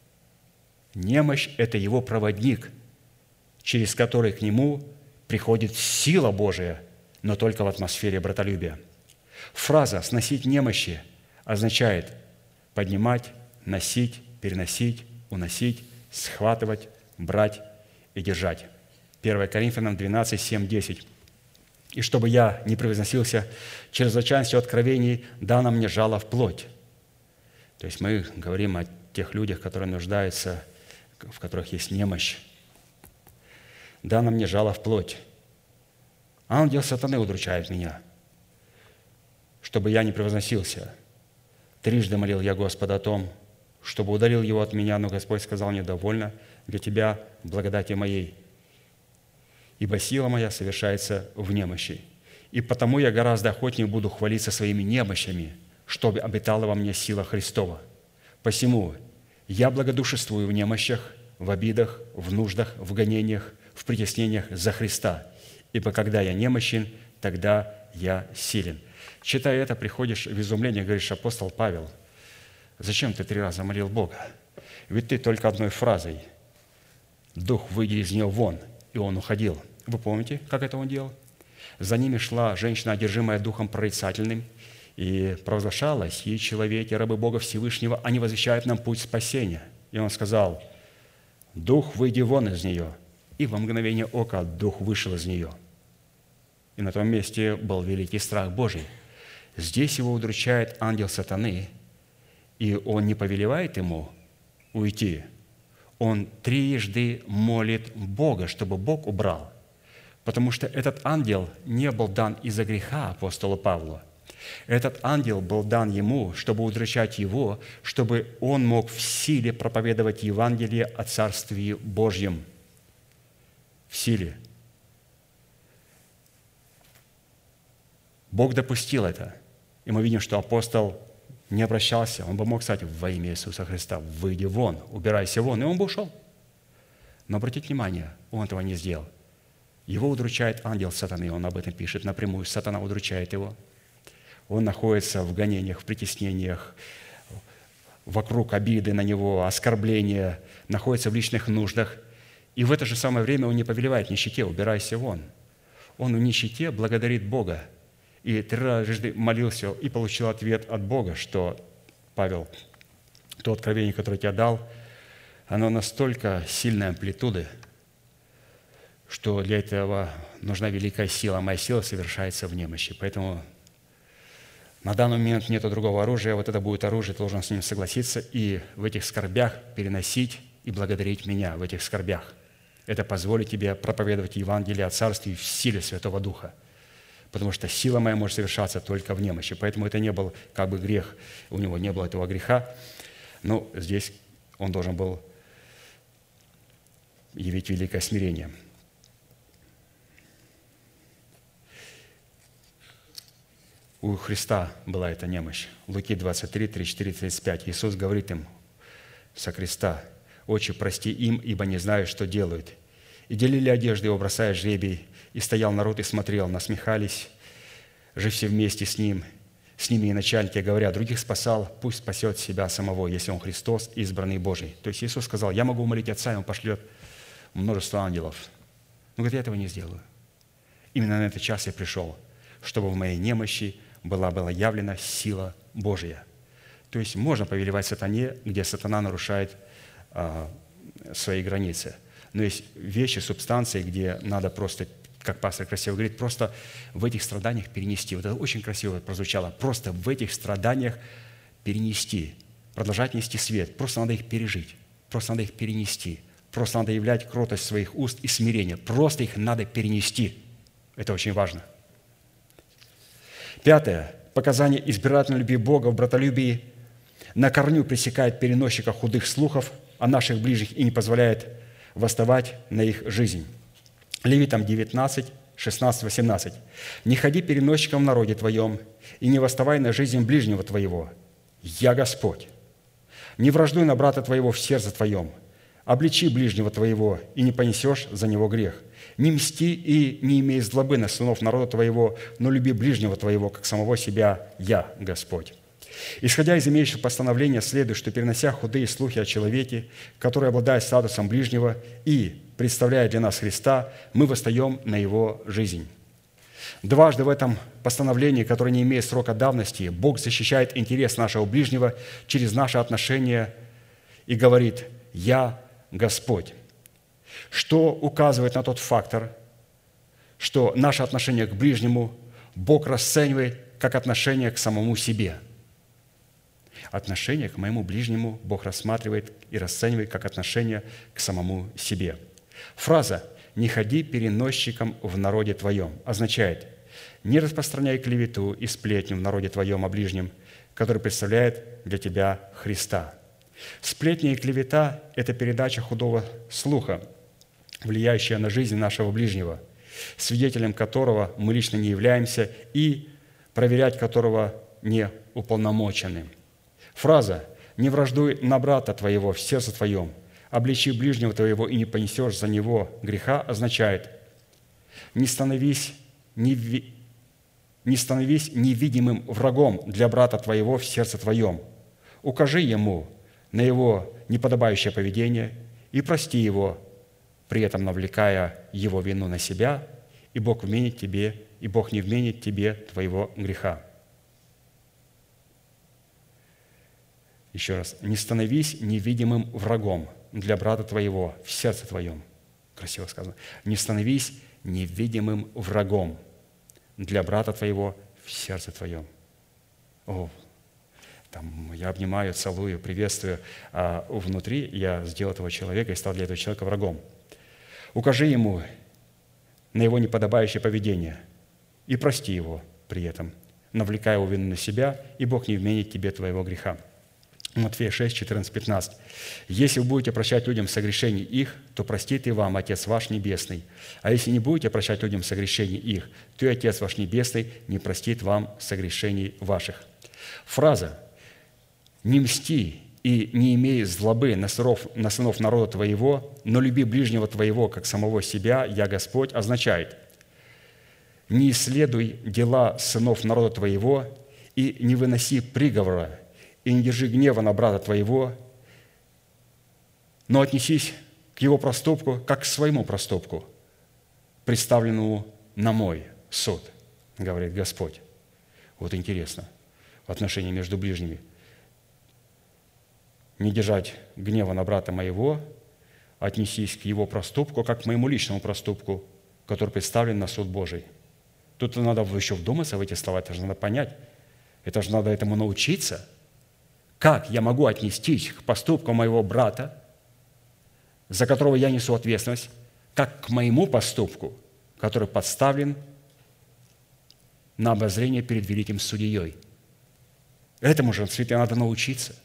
Немощь – это его проводник, через который к нему приходит сила Божия, но только в атмосфере братолюбия. Фраза «сносить немощи» означает поднимать, носить, переносить, уносить, схватывать, брать и держать. первое Коринфянам двенадцать, семь, десять. «И чтобы я не превозносился чрезвычайностью откровений, дано мне жало в плоть». То есть мы говорим о тех людях, которые нуждаются, в которых есть немощь. «Дано мне жало в плоть. Ангел сатаны удручает меня, чтобы я не превозносился. Трижды молил я Господа о том, чтобы удалил его от меня, но Господь сказал мне: довольно для тебя благодати моей, ибо сила моя совершается в немощи. И потому я гораздо охотнее буду хвалиться своими немощами, чтобы обитала во мне сила Христова. Посему я благодушествую в немощах, в обидах, в нуждах, в гонениях, в притеснениях за Христа. Ибо когда я немощен, тогда я силен». Читая это, приходишь в изумление, говоришь: апостол Павел, зачем ты три раза молил Бога? Ведь ты только одной фразой: «Дух, выйди из него вон», и он уходил. Вы помните, как это он делал? За ними шла женщина, одержимая духом прорицательным, и провозглашала: «Сии человеки, рабы Бога Всевышнего, они возвещают нам путь спасения». И он сказал: «Дух, выйди вон из нее». И во мгновение ока дух вышел из нее. И на том месте был великий страх Божий. Здесь его удручает ангел сатаны, и он не повелевает ему уйти. Он трижды молит Бога, чтобы Бог убрал. Потому что этот ангел не был дан из-за греха апостолу Павлу. Этот ангел был дан ему, чтобы удручать его, чтобы он мог в силе проповедовать Евангелие о Царстве Божьем. В силе. Бог допустил это. И мы видим, что апостол не обращался. Он бы мог сказать: во имя Иисуса Христа, выйди вон, убирайся вон. И он бы ушел. Но обратите внимание, он этого не сделал. Его удручает ангел сатаны, он об этом пишет напрямую. Сатана удручает его. Он находится в гонениях, в притеснениях, вокруг обиды на него, оскорбления, находится в личных нуждах. И в это же самое время он не повелевает нищете: убирайся вон. Он в нищете благодарит Бога. И трижды молился и получил ответ от Бога, что: Павел, то откровение, которое я тебе дал, оно настолько сильной амплитуды, что для этого нужна великая сила. Моя сила совершается в немощи. Поэтому на данный момент нет другого оружия. Вот это будет оружие, ты должен с ним согласиться и в этих скорбях переносить и благодарить меня в этих скорбях. Это позволит тебе проповедовать Евангелие о Царстве в силе Святого Духа. Потому что сила моя может совершаться только в немощи. Поэтому это не был как бы грех, у него не было этого греха. Но здесь он должен был явить великое смирение. У Христа была эта немощь. Луки двадцать три, тридцать четыре, тридцать пять. Иисус говорит им со креста: «Отче, прости им, ибо не знают, что делают». И делили одежды его, бросая жребий. И стоял народ и смотрел, насмехались же все вместе с ним, с ними и начальники, говоря: других спасал, пусть спасет себя самого, если он Христос, избранный Божий. То есть Иисус сказал: я могу умолить Отца, и Он пошлет множество ангелов. Но говорит: я этого не сделаю. Именно на этот час я пришел, чтобы в моей немощи была, была явлена сила Божия. То есть можно повелевать сатане, где сатана нарушает а, свои границы. Но есть вещи, субстанции, где надо просто, как пастор красиво говорит, просто в этих страданиях перенести. Вот это очень красиво прозвучало. Просто в этих страданиях перенести, продолжать нести свет. Просто надо их пережить, просто надо их перенести. Просто надо являть кротость своих уст и смирение. Просто их надо перенести. Это очень важно. Пятое. Показание избирательной любви Бога в братолюбии на корню пресекает переносчика худых слухов о наших ближних и не позволяет восставать на их жизнь. Левитам девятнадцать, шестнадцать, восемнадцать. «Не ходи переносчиком в народе твоем, и не восставай на жизнь ближнего твоего. Я Господь. Не враждуй на брата твоего в сердце твоем, обличи ближнего твоего, и не понесешь за него грех. Не мсти и не имей злобы на сынов народа твоего, но люби ближнего твоего, как самого себя, я, Господь. Исходя из имеющих постановления, следует, что, перенося худые слухи о человеке, который обладает статусом ближнего и представляя для нас Христа, мы восстаем на его жизнь. Дважды в этом постановлении, которое не имеет срока давности, Бог защищает интерес нашего ближнего через наши отношения и говорит «Я Господь», что указывает на тот фактор, что наше отношение к ближнему Бог расценивает как отношение к самому себе. Отношение к моему ближнему Бог рассматривает и расценивает как отношение к самому себе. Фраза «не ходи переносчиком в народе твоем» означает «не распространяй клевету и сплетню в народе твоем о ближнем, который представляет для тебя Христа». Сплетня и клевета – это передача худого слуха, влияющая на жизнь нашего ближнего, свидетелем которого мы лично не являемся и проверять которого не уполномочены. Фраза «не враждуй на брата твоего в сердце твоем, обличи ближнего твоего и не понесешь за него греха» означает «не становись, неви... не становись невидимым врагом для брата твоего в сердце твоем, укажи ему на его неподобающее поведение и прости его, при этом навлекая его вину на себя, и Бог вменит тебе, и Бог не вменит тебе твоего греха». Еще раз. «Не становись невидимым врагом для брата твоего в сердце твоем». Красиво сказано. «Не становись невидимым врагом для брата твоего в сердце твоем». О, там, я обнимаю, целую, приветствую, а внутри я сделал этого человека и стал для этого человека врагом. Укажи ему на его неподобающее поведение и прости его при этом, навлекая его вину на себя, и Бог не вменит тебе твоего греха. Матфея шесть, четырнадцать, пятнадцать. «Если вы будете прощать людям согрешений их, то простит и вам Отец ваш Небесный. А если не будете прощать людям согрешений их, то и Отец ваш Небесный не простит вам согрешений ваших». Фраза «не мсти и не имей злобы на сынов, на сынов народа твоего, но люби ближнего твоего, как самого себя, я Господь» означает «не исследуй дела сынов народа твоего и не выноси приговора, и не держи гнева на брата твоего, но отнесись к его проступку, как к своему проступку, представленному на мой суд», говорит Господь. Вот интересно, в отношении между ближними. «Не держать гнева на брата моего, отнесись к его проступку, как к моему личному проступку, который представлен на суд Божий». Тут надо еще вдуматься в эти слова, это же надо понять, это же надо этому научиться. Как я могу отнестись к поступку моего брата, за которого я несу ответственность, как к моему поступку, который подставлен на обозрение перед великим судьей? Этому же, святые, надо научиться.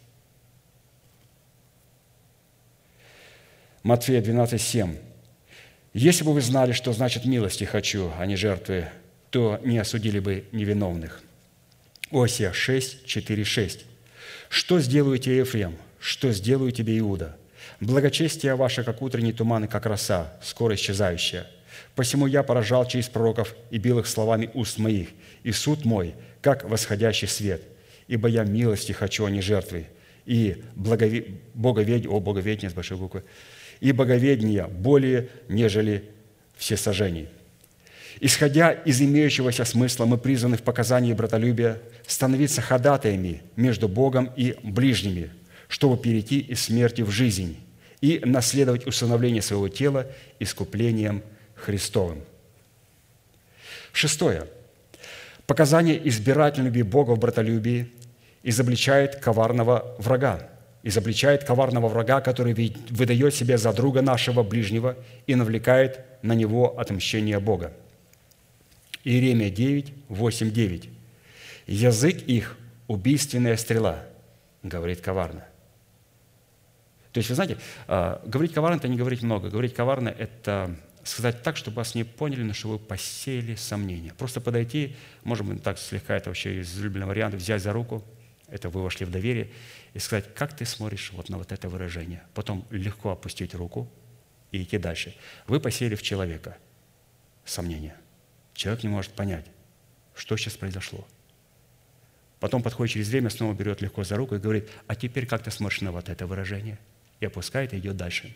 Матфея двенадцать, семь. «Если бы вы знали, что значит милости хочу, а не жертвы, то не осудили бы невиновных». Осия шесть, четыре, шесть. «Что сделаю тебе, Ефрем? Что сделаю тебе, Иуда? Благочестие ваше, как утренний туман и как роса, скоро исчезающая. Посему я поражал через пророков и бил их словами уст моих, и суд мой, как восходящий свет. Ибо я милости хочу, а не жертвы, и благове... боговедение, о, боговедение с большой буквы, и боговедение более, нежели всесожжений». Исходя из имеющегося смысла, мы призваны в показании братолюбия становиться ходатаями между Богом и ближними, чтобы перейти из смерти в жизнь и наследовать усыновление своего тела искуплением Христовым. Шестое. Показание избирательной любви Бога в братолюбии изобличает коварного врага, изобличает коварного врага, который выдает себя за друга нашего ближнего и навлекает на него отмщение Бога. Иеремия девять, восемь, девять. «Язык их – убийственная стрела», говорит коварно. То есть, вы знаете, говорить коварно – это не говорить много. Говорить коварно – это сказать так, чтобы вас не поняли, но чтобы вы посеяли сомнения. Просто подойти, может быть, так слегка, это вообще из излюбленного варианта, взять за руку это вы вошли в доверие, и сказать, как ты смотришь вот на вот это выражение. Потом легко опустить руку и идти дальше. Вы посеяли в человека сомнения. Человек не может понять, что сейчас произошло. Потом подходит через время, снова берет легко за руку и говорит, а теперь как ты смотришь на вот это выражение? И опускает, и идет дальше.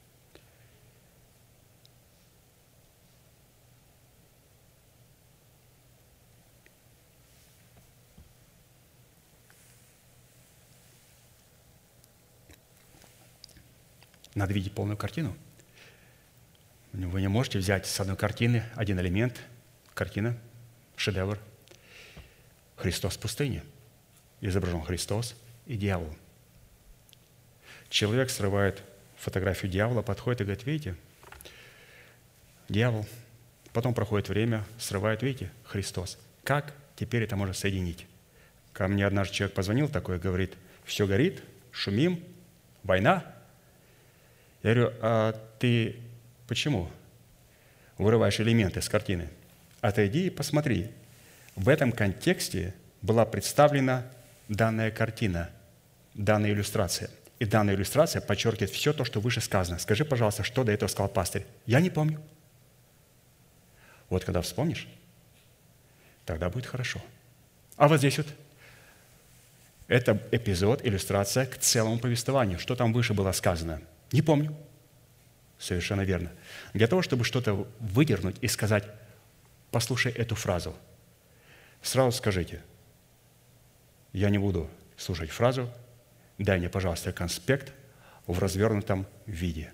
Надо видеть полную картину. Вы не можете взять с одной картины один элемент, картина, шедевр. Христос в пустыне. Изображен Христос и дьявол. Человек срывает фотографию дьявола, подходит и говорит, видите, дьявол. Потом проходит время, срывает, видите, Христос. Как теперь это можно соединить? Ко мне однажды человек позвонил такой, говорит, все горит, шумим, война. Я говорю, а ты почему вырываешь элементы с картины? Отойди и посмотри. В этом контексте была представлена данная картина, данная иллюстрация. И данная иллюстрация подчеркивает все то, что выше сказано. Скажи, пожалуйста, что до этого сказал пастырь? Я не помню. Вот когда вспомнишь, тогда будет хорошо. А вот здесь вот это эпизод, иллюстрация к целому повествованию. Что там выше было сказано? Не помню. Совершенно верно. Для того, чтобы что-то выдернуть и сказать, послушай эту фразу, сразу скажите, я не буду слушать фразу, дай мне, пожалуйста, конспект в развернутом виде.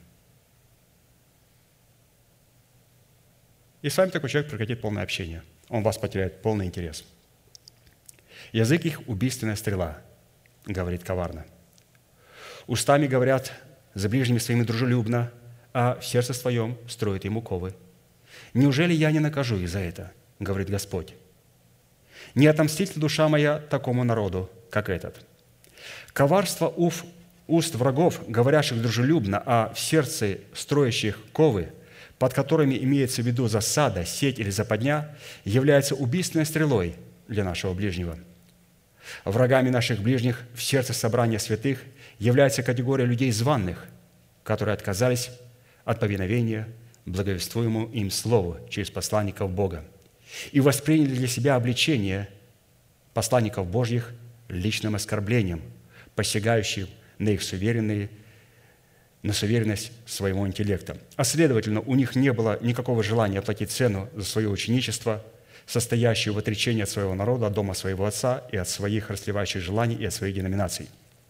И с вами такой человек прекратит полное общение. Он вас потеряет полный интерес. Язык их – убийственная стрела, говорит коварно. Устами говорят за ближними своими дружелюбно, а в сердце своем строят ему ковы. Неужели я не накажу их за это, говорит Господь? Не отомстит ли душа моя такому народу, как этот? Коварство уф, уст врагов, говорящих дружелюбно, а в сердце строящих ковы, под которыми имеется в виду засада, сеть или западня, является убийственной стрелой для нашего ближнего. Врагами наших ближних в сердце собрания святых является категория людей званных, которые отказались от повиновения благовествуемому им слову через посланников Бога и восприняли для себя обличение посланников Божьих личным оскорблением, посягающим на их суверенные, на суверенность своего интеллекта. А следовательно, у них не было никакого желания оплатить цену за свое ученичество, состоящее в отречении от своего народа, от дома своего отца и от своих расливающих желаний и от своих деноминаций.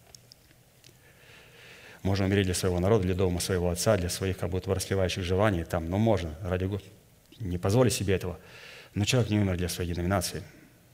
Можно умереть для своего народа, для дома своего отца, для своих как будто расливающих желаний. Там, ну, можно, ради Бога, не позволи себе этого. Но человек не умер для своей деноминации.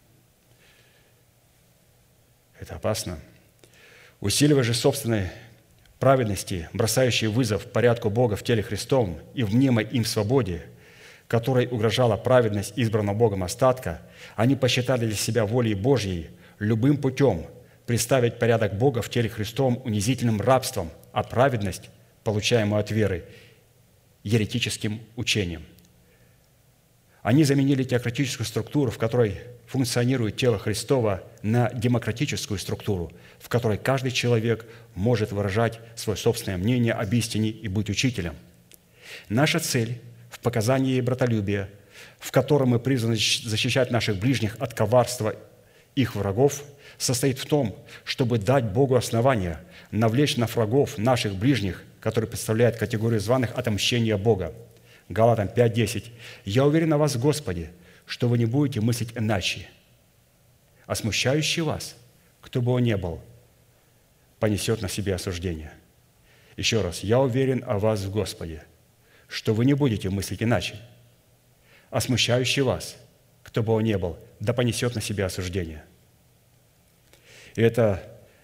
Это опасно. Усиливая же собственной праведности, бросающие вызов порядку Бога в теле Христовом и в мнимой им свободе, которой угрожала праведность избранного Богом остатка, они посчитали для себя волей Божьей любым путем представить порядок Бога в теле Христовом унизительным рабством, а праведность, получаемую от веры, еретическим учением. Они заменили теократическую структуру, в которой функционирует тело Христова, на демократическую структуру, в которой каждый человек может выражать свое собственное мнение об истине и быть учителем. Наша цель в показании братолюбия, в котором мы призваны защищать наших ближних от коварства их врагов, состоит в том, чтобы дать Богу основания навлечь на врагов наших ближних, которые представляют категорию званых отомщения Бога. Галатам пять десять. «Я уверен о вас, Господи, что вы не будете мыслить иначе, а смущающий вас, кто бы он ни был, понесет на себе осуждение». Еще раз. «Я уверен о вас в Господе, что вы не будете мыслить иначе, а смущающий вас, кто бы он ни был, да понесет на себе осуждение». И это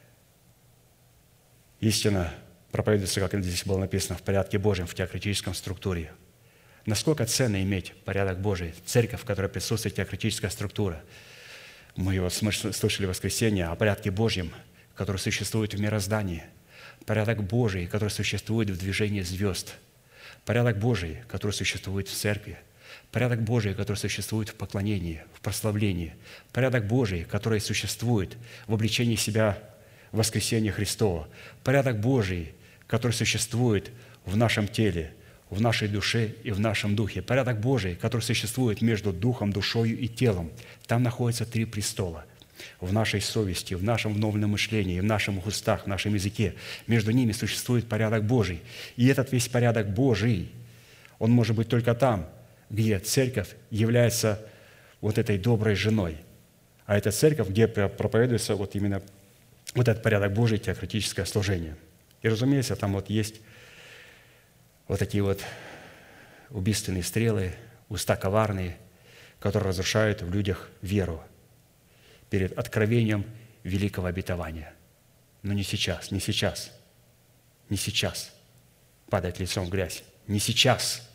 истина проповедуется, как здесь было написано, в порядке Божьем, в теократическом структуре. Насколько ценно иметь порядок Божий, церковь, в которой присутствует теократическая структура. Мы его слышали в воскресенье о порядке Божьем, который существует в мироздании, порядок Божий, который существует в движении звезд, порядок Божий, который существует в церкви, порядок Божий, который существует в поклонении, в прославлении, порядок Божий, который существует в обличении себя в воскресении Христова, порядок Божий, который существует в нашем теле, в нашей душе и в нашем духе, порядок Божий, который существует между духом, душою и телом. Там находятся три престола. В нашей совести, в нашем новом мышлении, в наших устах, в нашем языке. Между ними существует порядок Божий. И этот весь порядок Божий, он может быть только там, где церковь является вот этой доброй женой. А это церковь, где проповедуется вот именно вот этот порядок Божий, теократическое служение. И, разумеется, там вот есть вот такие вот убийственные стрелы, уста коварные, которые разрушают в людях веру перед откровением великого обетования. Но не сейчас, не сейчас, не сейчас падать лицом в грязь. Не сейчас.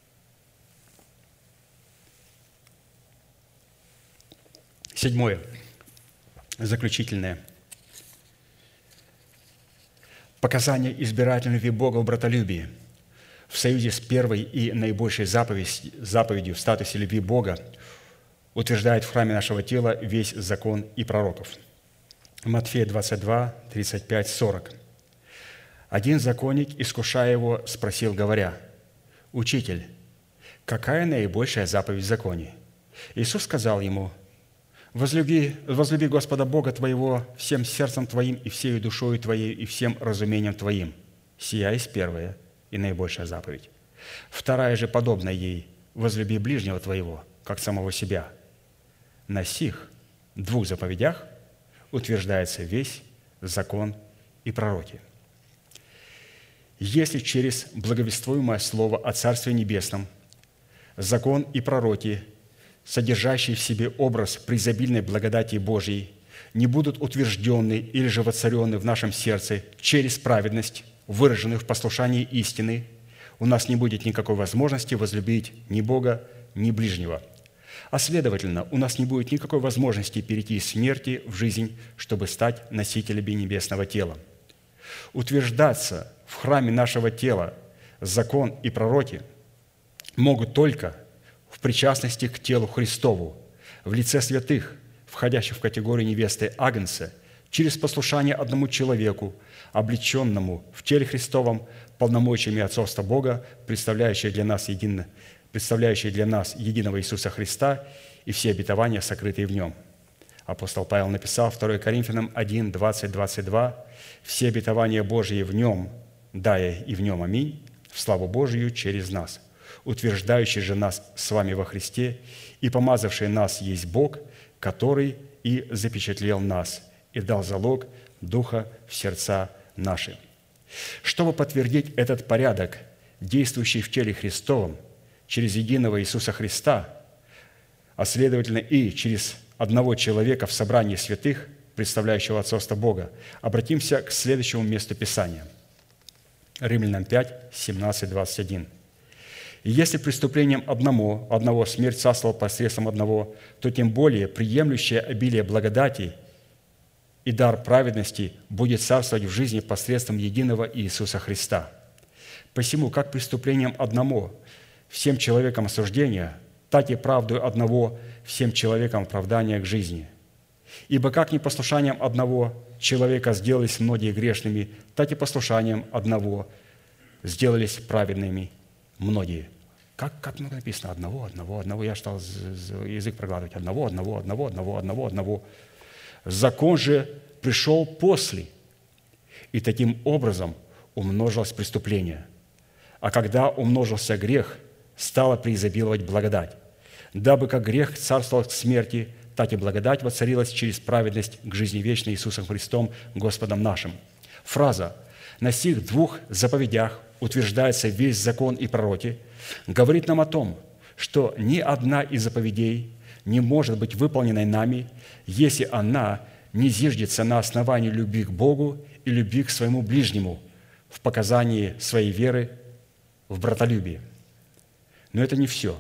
Седьмое, заключительное. Показание избирательной любви Бога в братолюбии в союзе с первой и наибольшей заповедью в статусе любви Бога утверждает в храме нашего тела весь закон и пророков. Матфея двадцать два, тридцать пять, сорок. Один законник, искушая его, спросил, говоря: «Учитель, какая наибольшая заповедь в законе?» Иисус сказал ему: «Возлюби, возлюби Господа Бога твоего всем сердцем твоим и всею душою твоей и всем разумением твоим. Сия есть первая и наибольшая заповедь. Вторая же, подобная ей: возлюби ближнего твоего, как самого себя. На сих двух заповедях утверждается весь закон и пророки». Если через благовествуемое слово о Царстве Небесном закон и пророки, содержащие в себе образ преизобильной благодати Божьей, не будут утверждены или же воцарены в нашем сердце через праведность, выраженную в послушании истины, у нас не будет никакой возможности возлюбить ни Бога, ни ближнего. А следовательно, у нас не будет никакой возможности перейти из смерти в жизнь, чтобы стать носителями небесного тела. Утверждаться в храме нашего тела закон и пророки могут только в причастности к телу Христову, в лице святых, входящих в категорию невесты Агнца, через послушание одному человеку, облеченному в теле Христовом полномочиями отцовства Бога, представляющие для нас, един... представляющие для нас единого Иисуса Христа и все обетования, сокрытые в Нем. Апостол Павел написал второе Коринфянам один, двадцать, двадцать два: «Все обетования Божьи в Нем, дая и в Нем аминь, в славу Божию через нас, утверждающий же нас с вами во Христе и помазавший нас есть Бог, который и запечатлел нас, и дал залог Духа в сердца наши». Чтобы подтвердить этот порядок, действующий в теле Христовом, через единого Иисуса Христа, а следовательно и через одного человека в собрании святых, представляющего отцовство Бога, обратимся к следующему месту Писания. Римлянам пять, семнадцать, двадцать один. «И если преступлением одному, одного смерть царствовала посредством одного, то тем более приемлющее обилие благодати и дар праведности будет царствовать в жизни посредством единого Иисуса Христа. Посему, как преступлением одному всем человекам осуждения, так и правдою одного всем человекам оправдания к жизни. Ибо как непослушанием одного человека сделались многие грешными, так и послушанием одного сделались праведными многие». Как, как много написано? Одного, одного, одного. Я стал язык проглатывать. Одного, одного, одного, одного, одного, одного. Закон же пришел после, и таким образом умножилось преступление. А когда умножился грех, стала преизобиловать благодать. Дабы как грех царствовал к смерти, так и благодать воцарилась через праведность к жизни вечной Иисусом Христом, Господом нашим. Фраза «на сих двух заповедях утверждается весь закон и пророки» говорит нам о том, что ни одна из заповедей не может быть выполненной нами, если она не зиждется на основании любви к Богу и любви к своему ближнему в показании своей веры в братолюбии. Но это не все.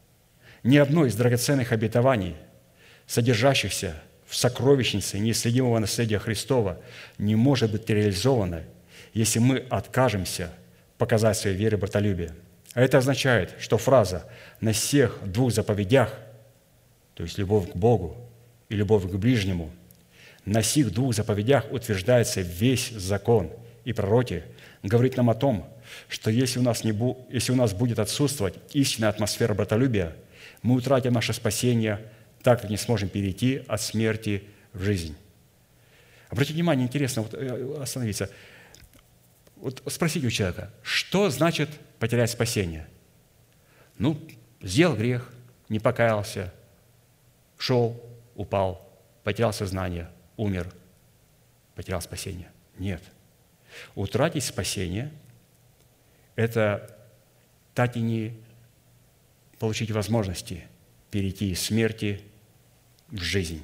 Ни одно из драгоценных обетований, содержащихся в сокровищнице неисследимого наследия Христова, не может быть реализовано, если мы откажемся показать своей вере братолюбие. А это означает, что фраза «на всех двух заповедях», то есть любовь к Богу и любовь к ближнему, на сих двух заповедях утверждается весь закон и пророки, говорит нам о том, что если у нас, не бу, если у нас будет отсутствовать истинная атмосфера братолюбия, мы утратим наше спасение, так как не сможем перейти от смерти в жизнь. Обратите внимание, интересно вот, остановиться. Вот спросите у человека, что значит потерять спасение? Ну, сделал грех, не покаялся, шел, упал, потерял сознание, умер, потерял спасение. Нет. Утратить спасение – это так и не получить возможности перейти из смерти в жизнь,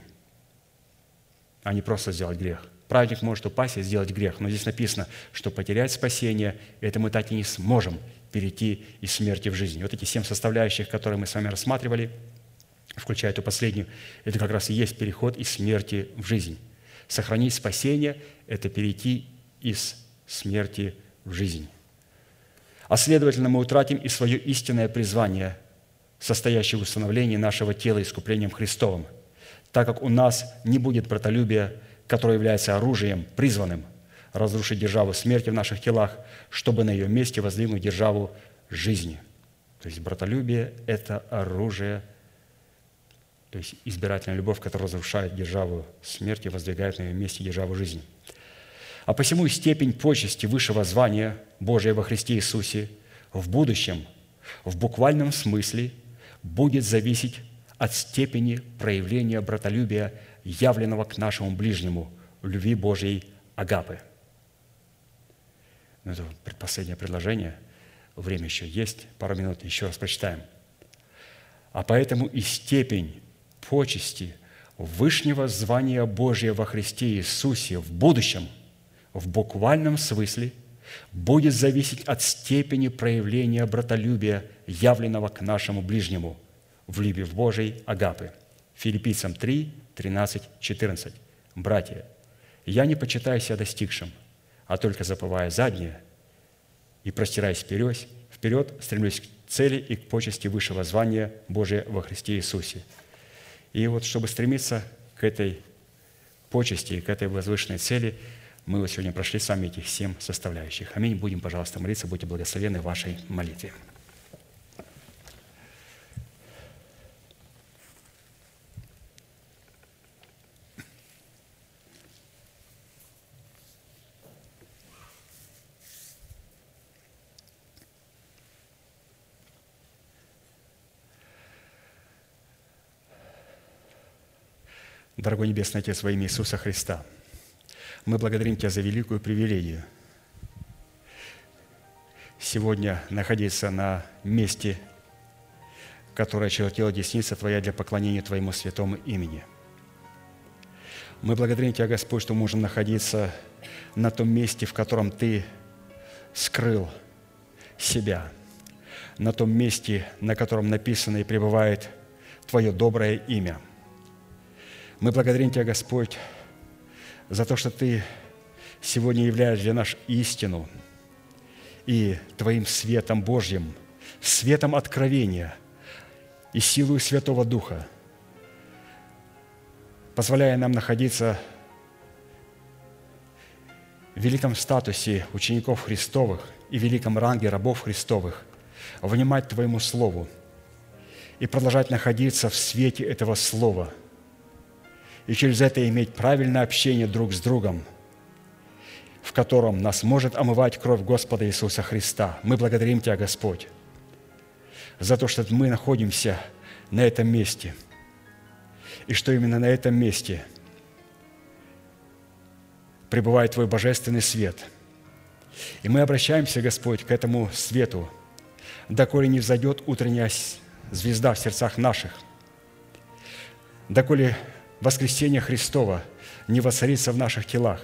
а не просто сделать грех. Праведник может упасть и сделать грех, но здесь написано, что потерять спасение – это мы так и не сможем перейти из смерти в жизнь. Вот эти семь составляющих, которые мы с вами рассматривали, включая эту последнюю, это как раз и есть переход из смерти в жизнь. Сохранить спасение – это перейти из смерти в жизнь. А следовательно, мы утратим и свое истинное призвание, состоящее в установлении нашего тела искуплением Христовым, так как у нас не будет братолюбия, которое является оружием, призванным разрушить державу смерти в наших телах, чтобы на ее месте воздвигнуть державу жизни. То есть братолюбие – это оружие, то есть избирательная любовь, которая разрушает державу смерти, воздвигает на ее месте державу жизни. А посему степень почести высшего звания Божия во Христе Иисусе в будущем, в буквальном смысле, будет зависеть от степени проявления братолюбия, явленного к нашему ближнему в любви Божьей агапы. Ну, это предпоследнее предложение. Время еще есть, пару минут еще раз прочитаем. А поэтому и степень почести вышнего звания Божия во Христе Иисусе в будущем, в буквальном смысле, будет зависеть от степени проявления братолюбия, явленного к нашему ближнему в любви Божией агапы. Филиппийцам три, тринадцать, четырнадцать. «Братья, я не почитаю себя достигшим, а только забывая заднее и простираясь вперед, вперед, стремлюсь к цели и к почести высшего звания Божия во Христе Иисусе». И вот, чтобы стремиться к этой почести, к этой возвышенной цели, мы вот сегодня прошли с вами этих семь составляющих. Аминь. Будем, пожалуйста, молиться, будьте благословенны в вашей молитве. Дорогой Небесный Отец, во имя Иисуса Христа, мы благодарим Тебя за великую привилегию сегодня находиться на месте, которое очертила десница Твоя для поклонения Твоему святому имени. Мы благодарим Тебя, Господь, что можем находиться на том месте, в котором Ты скрыл себя, на том месте, на котором написано и пребывает Твое доброе имя. Мы благодарим Тебя, Господь, за то, что Ты сегодня являешь для нас истину и Твоим светом Божьим, светом откровения и силой Святого Духа, позволяя нам находиться в великом статусе учеников Христовых и великом ранге рабов Христовых, внимать Твоему Слову и продолжать находиться в свете этого Слова, и через это иметь правильное общение друг с другом, в котором нас может омывать кровь Господа Иисуса Христа. Мы благодарим Тебя, Господь, за то, что мы находимся на этом месте, и что именно на этом месте пребывает Твой божественный свет. И мы обращаемся, Господь, к этому свету, доколе не взойдет утренняя звезда в сердцах наших, доколе воскресение Христова не воцарится в наших телах,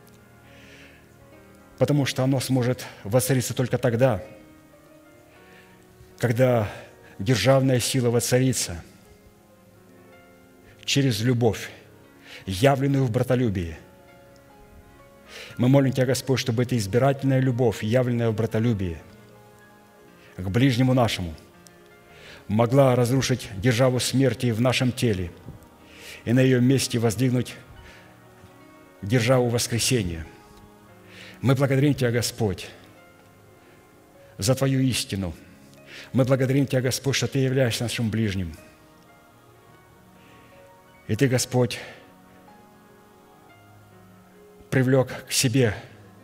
потому что оно сможет воцариться только тогда, когда державная сила воцарится через любовь, явленную в братолюбии. Мы молим Тебя, Господь, чтобы эта избирательная любовь, явленная в братолюбии, к ближнему нашему, могла разрушить державу смерти в нашем теле и на ее месте воздвигнуть державу воскресения. Мы благодарим Тебя, Господь, за Твою истину. Мы благодарим Тебя, Господь, что Ты являешься нашим ближним. И Ты, Господь, привлек к себе,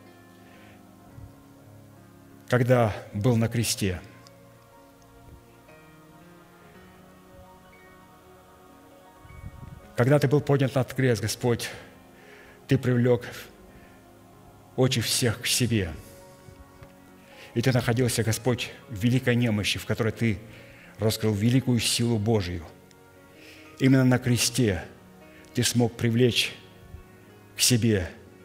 когда был на кресте. Когда Ты был поднят над крест, Господь, Ты привлек очи всех к себе. И Ты находился, Господь, в великой немощи, в которой Ты раскрыл великую силу Божию. Именно на кресте Ты смог привлечь к себе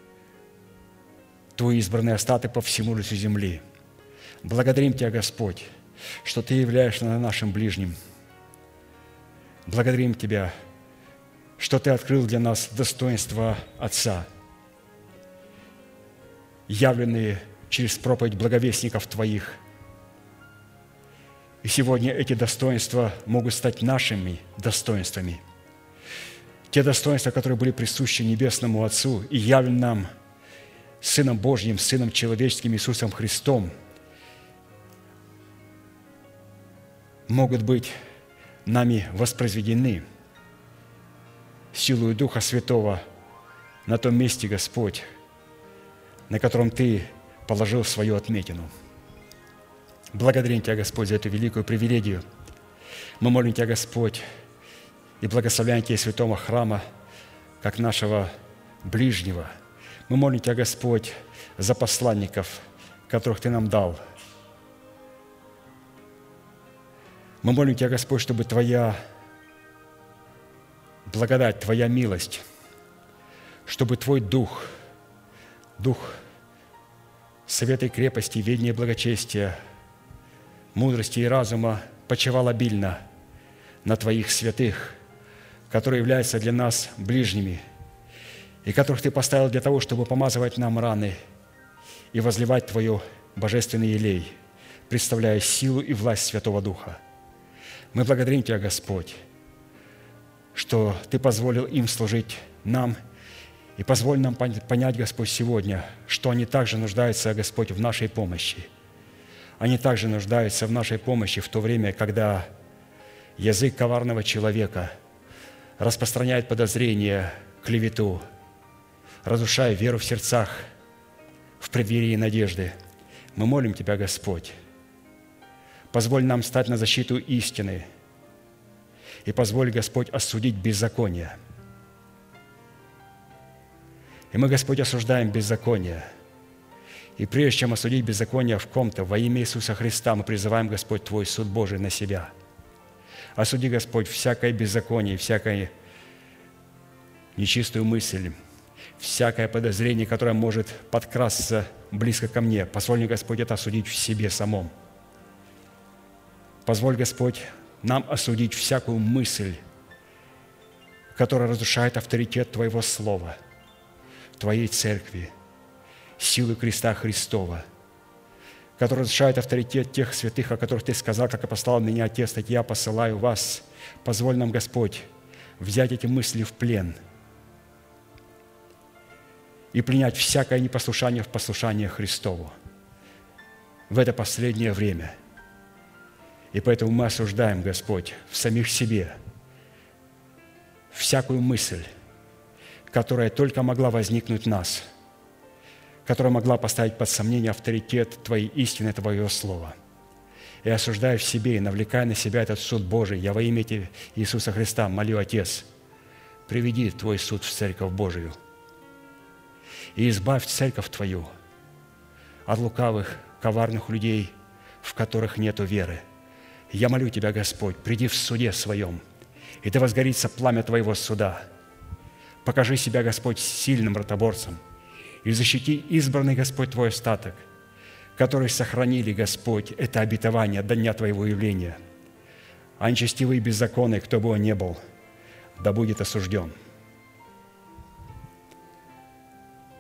Твой избранный остаток по всему лицу земли. Благодарим Тебя, Господь, что Ты являешься нашим ближним. Благодарим Тебя, что Ты открыл для нас достоинства Отца, явленные через проповедь благовестников Твоих. И сегодня эти достоинства могут стать нашими достоинствами. Те достоинства, которые были присущи Небесному Отцу и явлены нам Сыном Божьим, Сыном Человеческим Иисусом Христом, могут быть нами воспроизведены силою Духа Святого на том месте, Господь, на котором Ты положил свою отметину. Благодарим Тебя, Господь, за эту великую привилегию. Мы молим Тебя, Господь, и благословляем Тебя святого храма, как нашего ближнего. Мы молим Тебя, Господь, за посланников, которых Ты нам дал. Мы молим Тебя, Господь, чтобы Твоя благодать, Твоя милость, чтобы Твой Дух, Дух совета и крепости, ведения и благочестия, мудрости и разума почивал обильно на Твоих святых, которые являются для нас ближними, и которых Ты поставил для того, чтобы помазывать нам раны и возливать Твою божественный елей, представляя силу и власть Святого Духа. Мы благодарим Тебя, Господь, что Ты позволил им служить нам, и позволь нам понять, Господь, сегодня, что они также нуждаются, Господь, в нашей помощи. Они также нуждаются в нашей помощи в то время, когда язык коварного человека распространяет подозрения, клевету, разрушая веру в сердцах, в преддверии надежды. Мы молим Тебя, Господь, позволь нам стать на защиту истины и позволь, Господь, осудить беззаконие. И мы, Господь, осуждаем беззаконие. И прежде чем осудить беззаконие в ком-то, во имя Иисуса Христа мы призываем, Господь, Твой суд Божий на себя. Осуди, Господь, всякое беззаконие, всякое нечистую мысль, всякое подозрение, которое может подкрасться близко ко мне. Позволь мне, Господь, это осудить в себе самом. Позволь, Господь, нам осудить всякую мысль, которая разрушает авторитет Твоего Слова, Твоей Церкви, силы креста Христова, который разрушает авторитет тех святых, о которых Ты сказал, как и послал меня Отец, так я посылаю вас. Позволь нам, Господь, взять эти мысли в плен и принять всякое непослушание в послушание Христову в это последнее время. И поэтому мы осуждаем, Господь, в самих себе всякую мысль, которая только могла возникнуть в нас, которая могла поставить под сомнение авторитет Твоей истины, Твоего Слова. И осуждая в себе и навлекая на себя этот суд Божий, я во имя Иисуса Христа молю, Отец, приведи Твой суд в Церковь Божию и избавь Церковь Твою от лукавых, коварных людей, в которых нету веры. Я молю Тебя, Господь, приди в суде Своем, и да возгорится пламя Твоего суда. Покажи себя, Господь, сильным ротоборцем, и защити избранный, Господь, Твой остаток, которые сохранили, Господь, это обетование до дня Твоего явления. А нечестивый и беззаконный, кто бы он ни был, да будет осужден.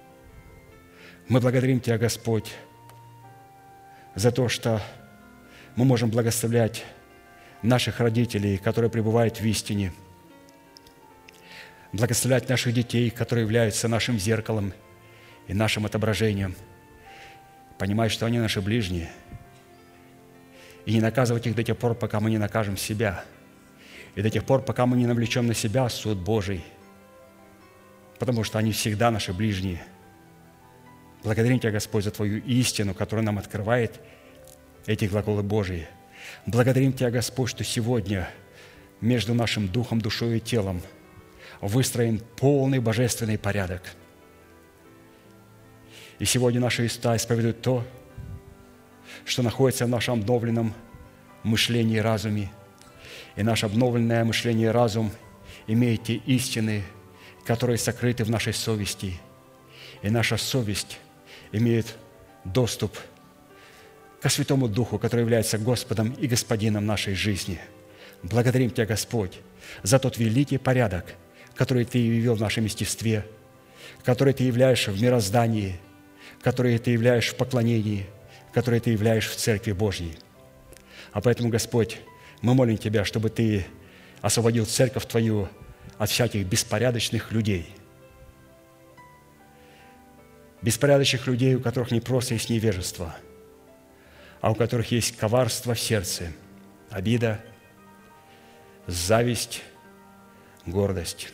Мы благодарим Тебя, Господь, за то, что Мы можем благословлять наших родителей, которые пребывают в истине, благословлять наших детей, которые являются нашим зеркалом и нашим отображением, понимать, что они наши ближние, и не наказывать их до тех пор, пока мы не накажем себя, и до тех пор, пока мы не навлечем на себя суд Божий, потому что они всегда наши ближние. Благодарим Тебя, Господь, за Твою истину, которая нам открывает эти глаголы Божии. Благодарим Тебя, Господь, что сегодня между нашим духом, душой и телом выстроен полный божественный порядок. И сегодня наши уста исповедуют то, что находится в нашем обновленном мышлении и разуме. И наше обновленное мышление и разум имеет те истины, которые сокрыты в нашей совести. И наша совесть имеет доступ ко Святому Духу, который является Господом и Господином нашей жизни. Благодарим Тебя, Господь, за тот великий порядок, который Ты явил в нашем естестве, который Ты являешь в мироздании, который Ты являешь в поклонении, который Ты являешь в Церкви Божьей. А поэтому, Господь, мы молим Тебя, чтобы Ты освободил Церковь Твою от всяких беспорядочных людей. Беспорядочных людей, у которых не просто есть невежество, а у которых есть коварство в сердце, обида, зависть, гордость.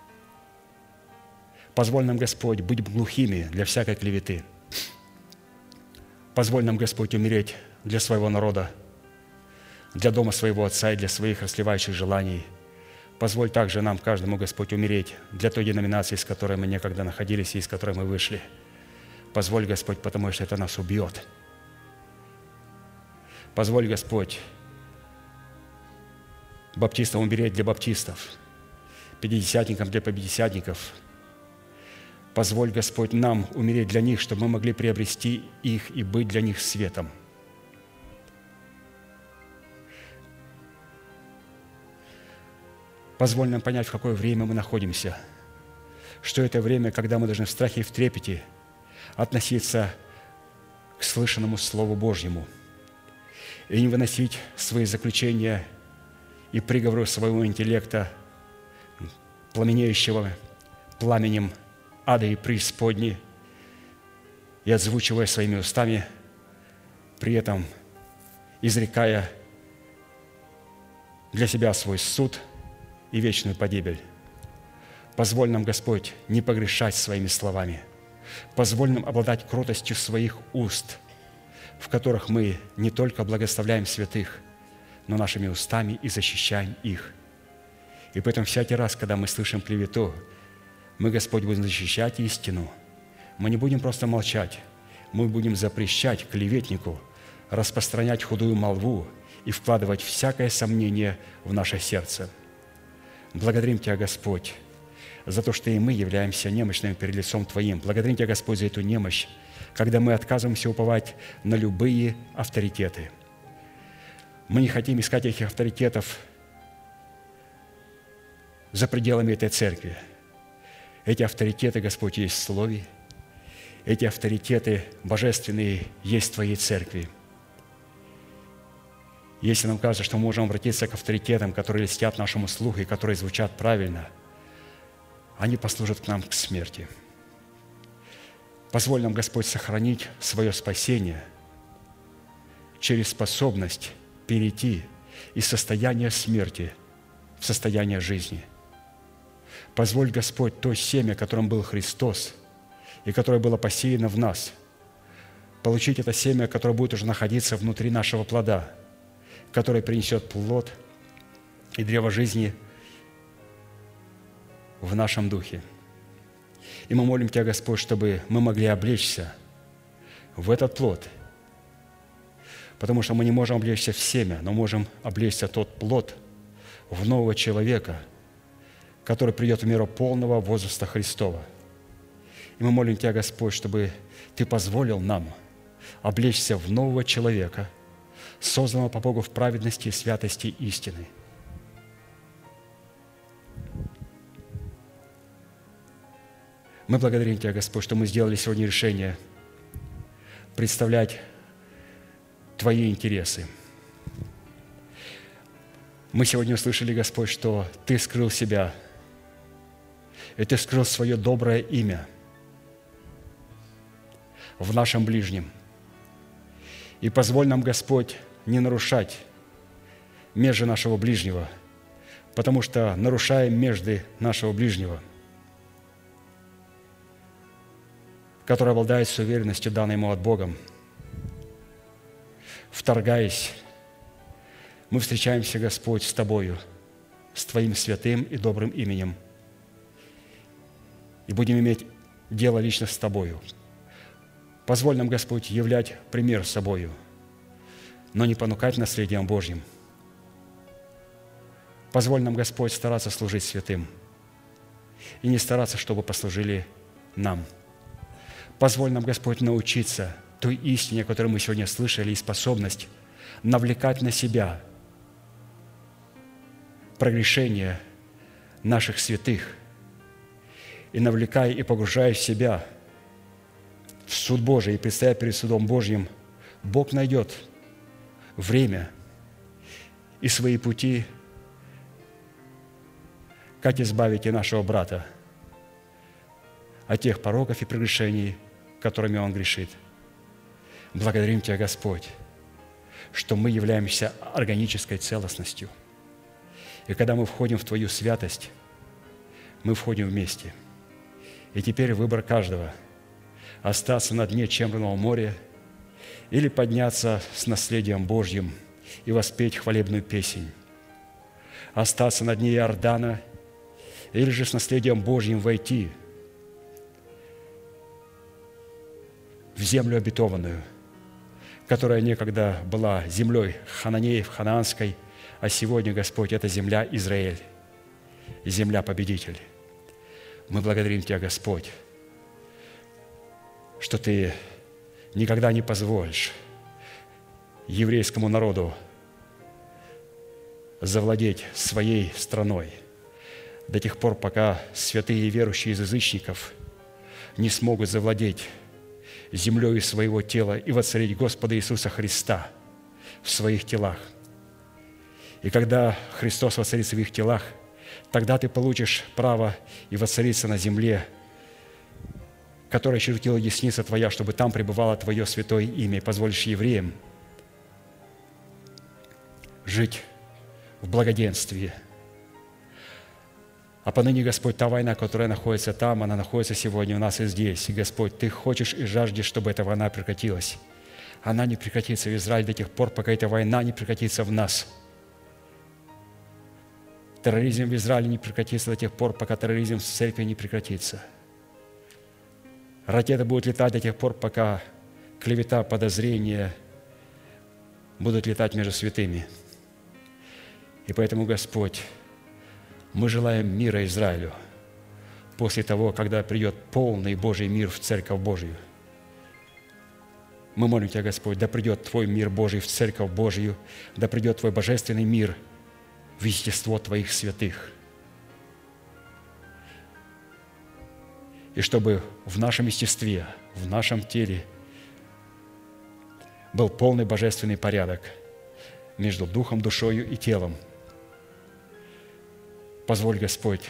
Позволь нам, Господь, быть глухими для всякой клеветы. Позволь нам, Господь, умереть для своего народа, для дома своего Отца и для своих расливающих желаний. Позволь также нам, каждому, Господь, умереть для той деноминации, с которой мы некогда находились и из которой мы вышли. Позволь, Господь, потому что это нас убьет. Позволь, Господь, баптистам умереть для баптистов, пятидесятникам для пятидесятников. Позволь, Господь, нам умереть для них, чтобы мы могли приобрести их и быть для них светом. Позволь нам понять, в какое время мы находимся, что это время, когда мы должны в страхе и в трепете относиться к слышанному Слову Божьему и не выносить свои заключения и приговоры своего интеллекта, пламенеющего пламенем ада и преисподней, и озвучивая своими устами, при этом изрекая для себя свой суд и вечную погибель. Позволь нам, Господь, не погрешать своими словами. Позволь нам обладать кротостью своих уст, в которых мы не только благословляем святых, но нашими устами и защищаем их. И поэтому всякий раз, когда мы слышим клевету, мы, Господь, будем защищать истину. Мы не будем просто молчать, мы будем запрещать клеветнику распространять худую молву и вкладывать всякое сомнение в наше сердце. Благодарим Тебя, Господь, за то, что и мы являемся немощными перед лицом Твоим. Благодарим Тебя, Господь, за эту немощь, когда мы отказываемся уповать на любые авторитеты. Мы не хотим искать этих авторитетов за пределами этой церкви. Эти авторитеты, Господь, есть в Слове. Эти авторитеты божественные есть в Твоей церкви. Если нам кажется, что мы можем обратиться к авторитетам, которые льстят нашему слуху и которые звучат правильно, они послужат к нам к смерти. Позволь нам, Господь, сохранить свое спасение через способность перейти из состояния смерти в состояние жизни. Позволь, Господь, то семя, которым был Христос и которое было посеяно в нас, получить это семя, которое будет уже находиться внутри нашего плода, которое принесет плод и древо жизни в нашем духе. И мы молим Тебя, Господь, чтобы мы могли облечься в этот плод, потому что мы не можем облечься в семя, но можем облечься в тот плод в нового человека, который придет в меру полного возраста Христова. И мы молим Тебя, Господь, чтобы Ты позволил нам облечься в нового человека, созданного по Богу в праведности, святости и истины. Мы благодарим Тебя, Господь, что мы сделали сегодня решение представлять Твои интересы, Мы сегодня услышали, Господь, что Ты скрыл себя, и Ты скрыл свое доброе имя в нашем ближнем. И позволь нам, Господь, не нарушать межи нашего ближнего, потому что, нарушая межды нашего ближнего, который обладает с уверенностью, данной ему от Бога, вторгаясь, мы встречаемся, Господь, с Тобою, с Твоим святым и добрым именем, и будем иметь дело лично с Тобою. Позволь нам, Господь, являть пример собою, но не понукать наследием Божьим. Позволь нам, Господь, стараться служить святым и не стараться, чтобы послужили нам. Позволь нам, Господь, научиться той истине, которую мы сегодня слышали, и способность навлекать на себя прогрешение наших святых и навлекая и погружая в себя в суд Божий и предстоя перед судом Божьим, Бог найдет время и свои пути, как избавить и нашего брата от тех пороков и прегрешений, которыми он грешит. Благодарим Тебя, Господь, что мы являемся органической целостностью. И когда мы входим в Твою святость, мы входим вместе. И теперь выбор каждого – остаться на дне Чемерного моря или подняться с наследием Божьим и воспеть хвалебную песнь, остаться на дне Иордана или же с наследием Божьим войти в землю обетованную, которая некогда была землей хананеев, ханаанской, а сегодня, Господь, это земля Израиль, земля-победитель. Мы благодарим Тебя, Господь, что Ты никогда не позволишь еврейскому народу завладеть своей страной до тех пор, пока святые верующие из язычников не смогут завладеть землей своего тела и воцарить Господа Иисуса Христа в своих телах. И когда Христос воцарится в их телах, тогда ты получишь право и воцариться на земле, которая чертила десница Твоя, чтобы там пребывало Твое святое имя, и позволишь евреям жить в благоденствии. А поныне, Господь, та война, которая находится там, она находится сегодня у нас и здесь. И, Господь, Ты хочешь и жаждешь, чтобы эта война прекратилась. Она не прекратится в Израиле до тех пор, пока эта война не прекратится в нас. Терроризм в Израиле не прекратится до тех пор, пока терроризм в церкви не прекратится. Ракеты будут летать до тех пор, пока клевета, подозрения будут летать между святыми. И поэтому, Господь, мы желаем мира Израилю после того, когда придет полный Божий мир в Церковь Божию. Мы молим Тебя, Господь, да придет Твой мир Божий в Церковь Божию, да придет Твой божественный мир в естество Твоих святых. И чтобы в нашем естестве, в нашем теле был полный божественный порядок между духом, душою и телом. Позволь, Господь,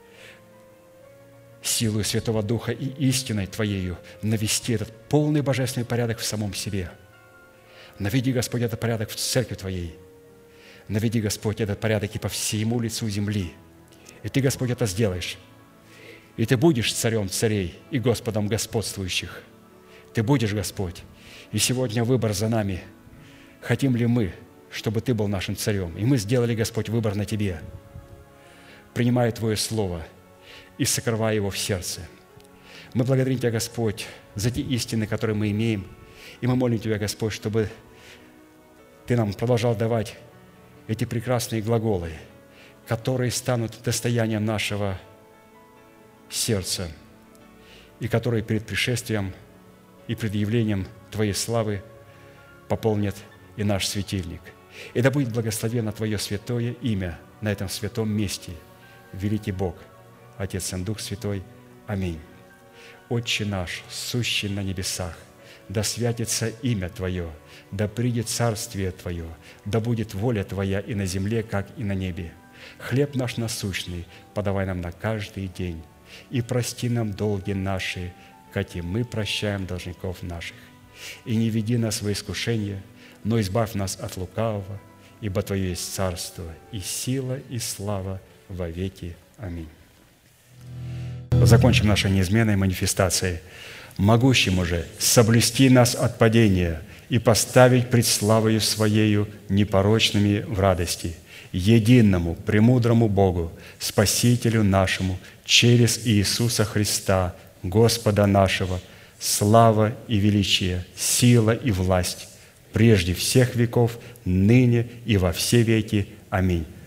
силою Святого Духа и истиной Твоею навести этот полный божественный порядок в самом себе. Наведи, Господь, этот порядок в церкви Твоей. Наведи, Господь, этот порядок и по всему лицу земли. И Ты, Господь, это сделаешь. И Ты будешь царем царей и Господом господствующих. Ты будешь, Господь. И сегодня выбор за нами. Хотим ли мы, чтобы Ты был нашим царем? И мы сделали, Господь, выбор на Тебе, принимая Твое Слово и сокрывая его в сердце. Мы благодарим Тебя, Господь, за те истины, которые мы имеем. И мы молим Тебя, Господь, чтобы Ты нам продолжал давать эти прекрасные глаголы, которые станут достоянием нашего сердца и которые перед пришествием и предъявлением Твоей славы пополнят и наш светильник. И да будет благословено Твое святое имя на этом святом месте, великий Бог, Отец и Дух Святой. Аминь. Отче наш, сущий на небесах, да святится имя Твое, да придет царствие Твое, да будет воля Твоя и на земле, как и на небе. Хлеб наш насущный подавай нам на каждый день, и прости нам долги наши, как и мы прощаем должников наших. И не веди нас во искушение, но избавь нас от лукавого, ибо Твое есть царство, и сила, и слава во веки. Аминь. Закончим нашей неизменной манифестацией. Могущему же соблюсти нас от падения и поставить пред славою Своею непорочными в радости, единому, премудрому Богу, Спасителю нашему, через Иисуса Христа, Господа нашего, слава и величие, сила и власть, прежде всех веков, ныне и во все веки. Аминь.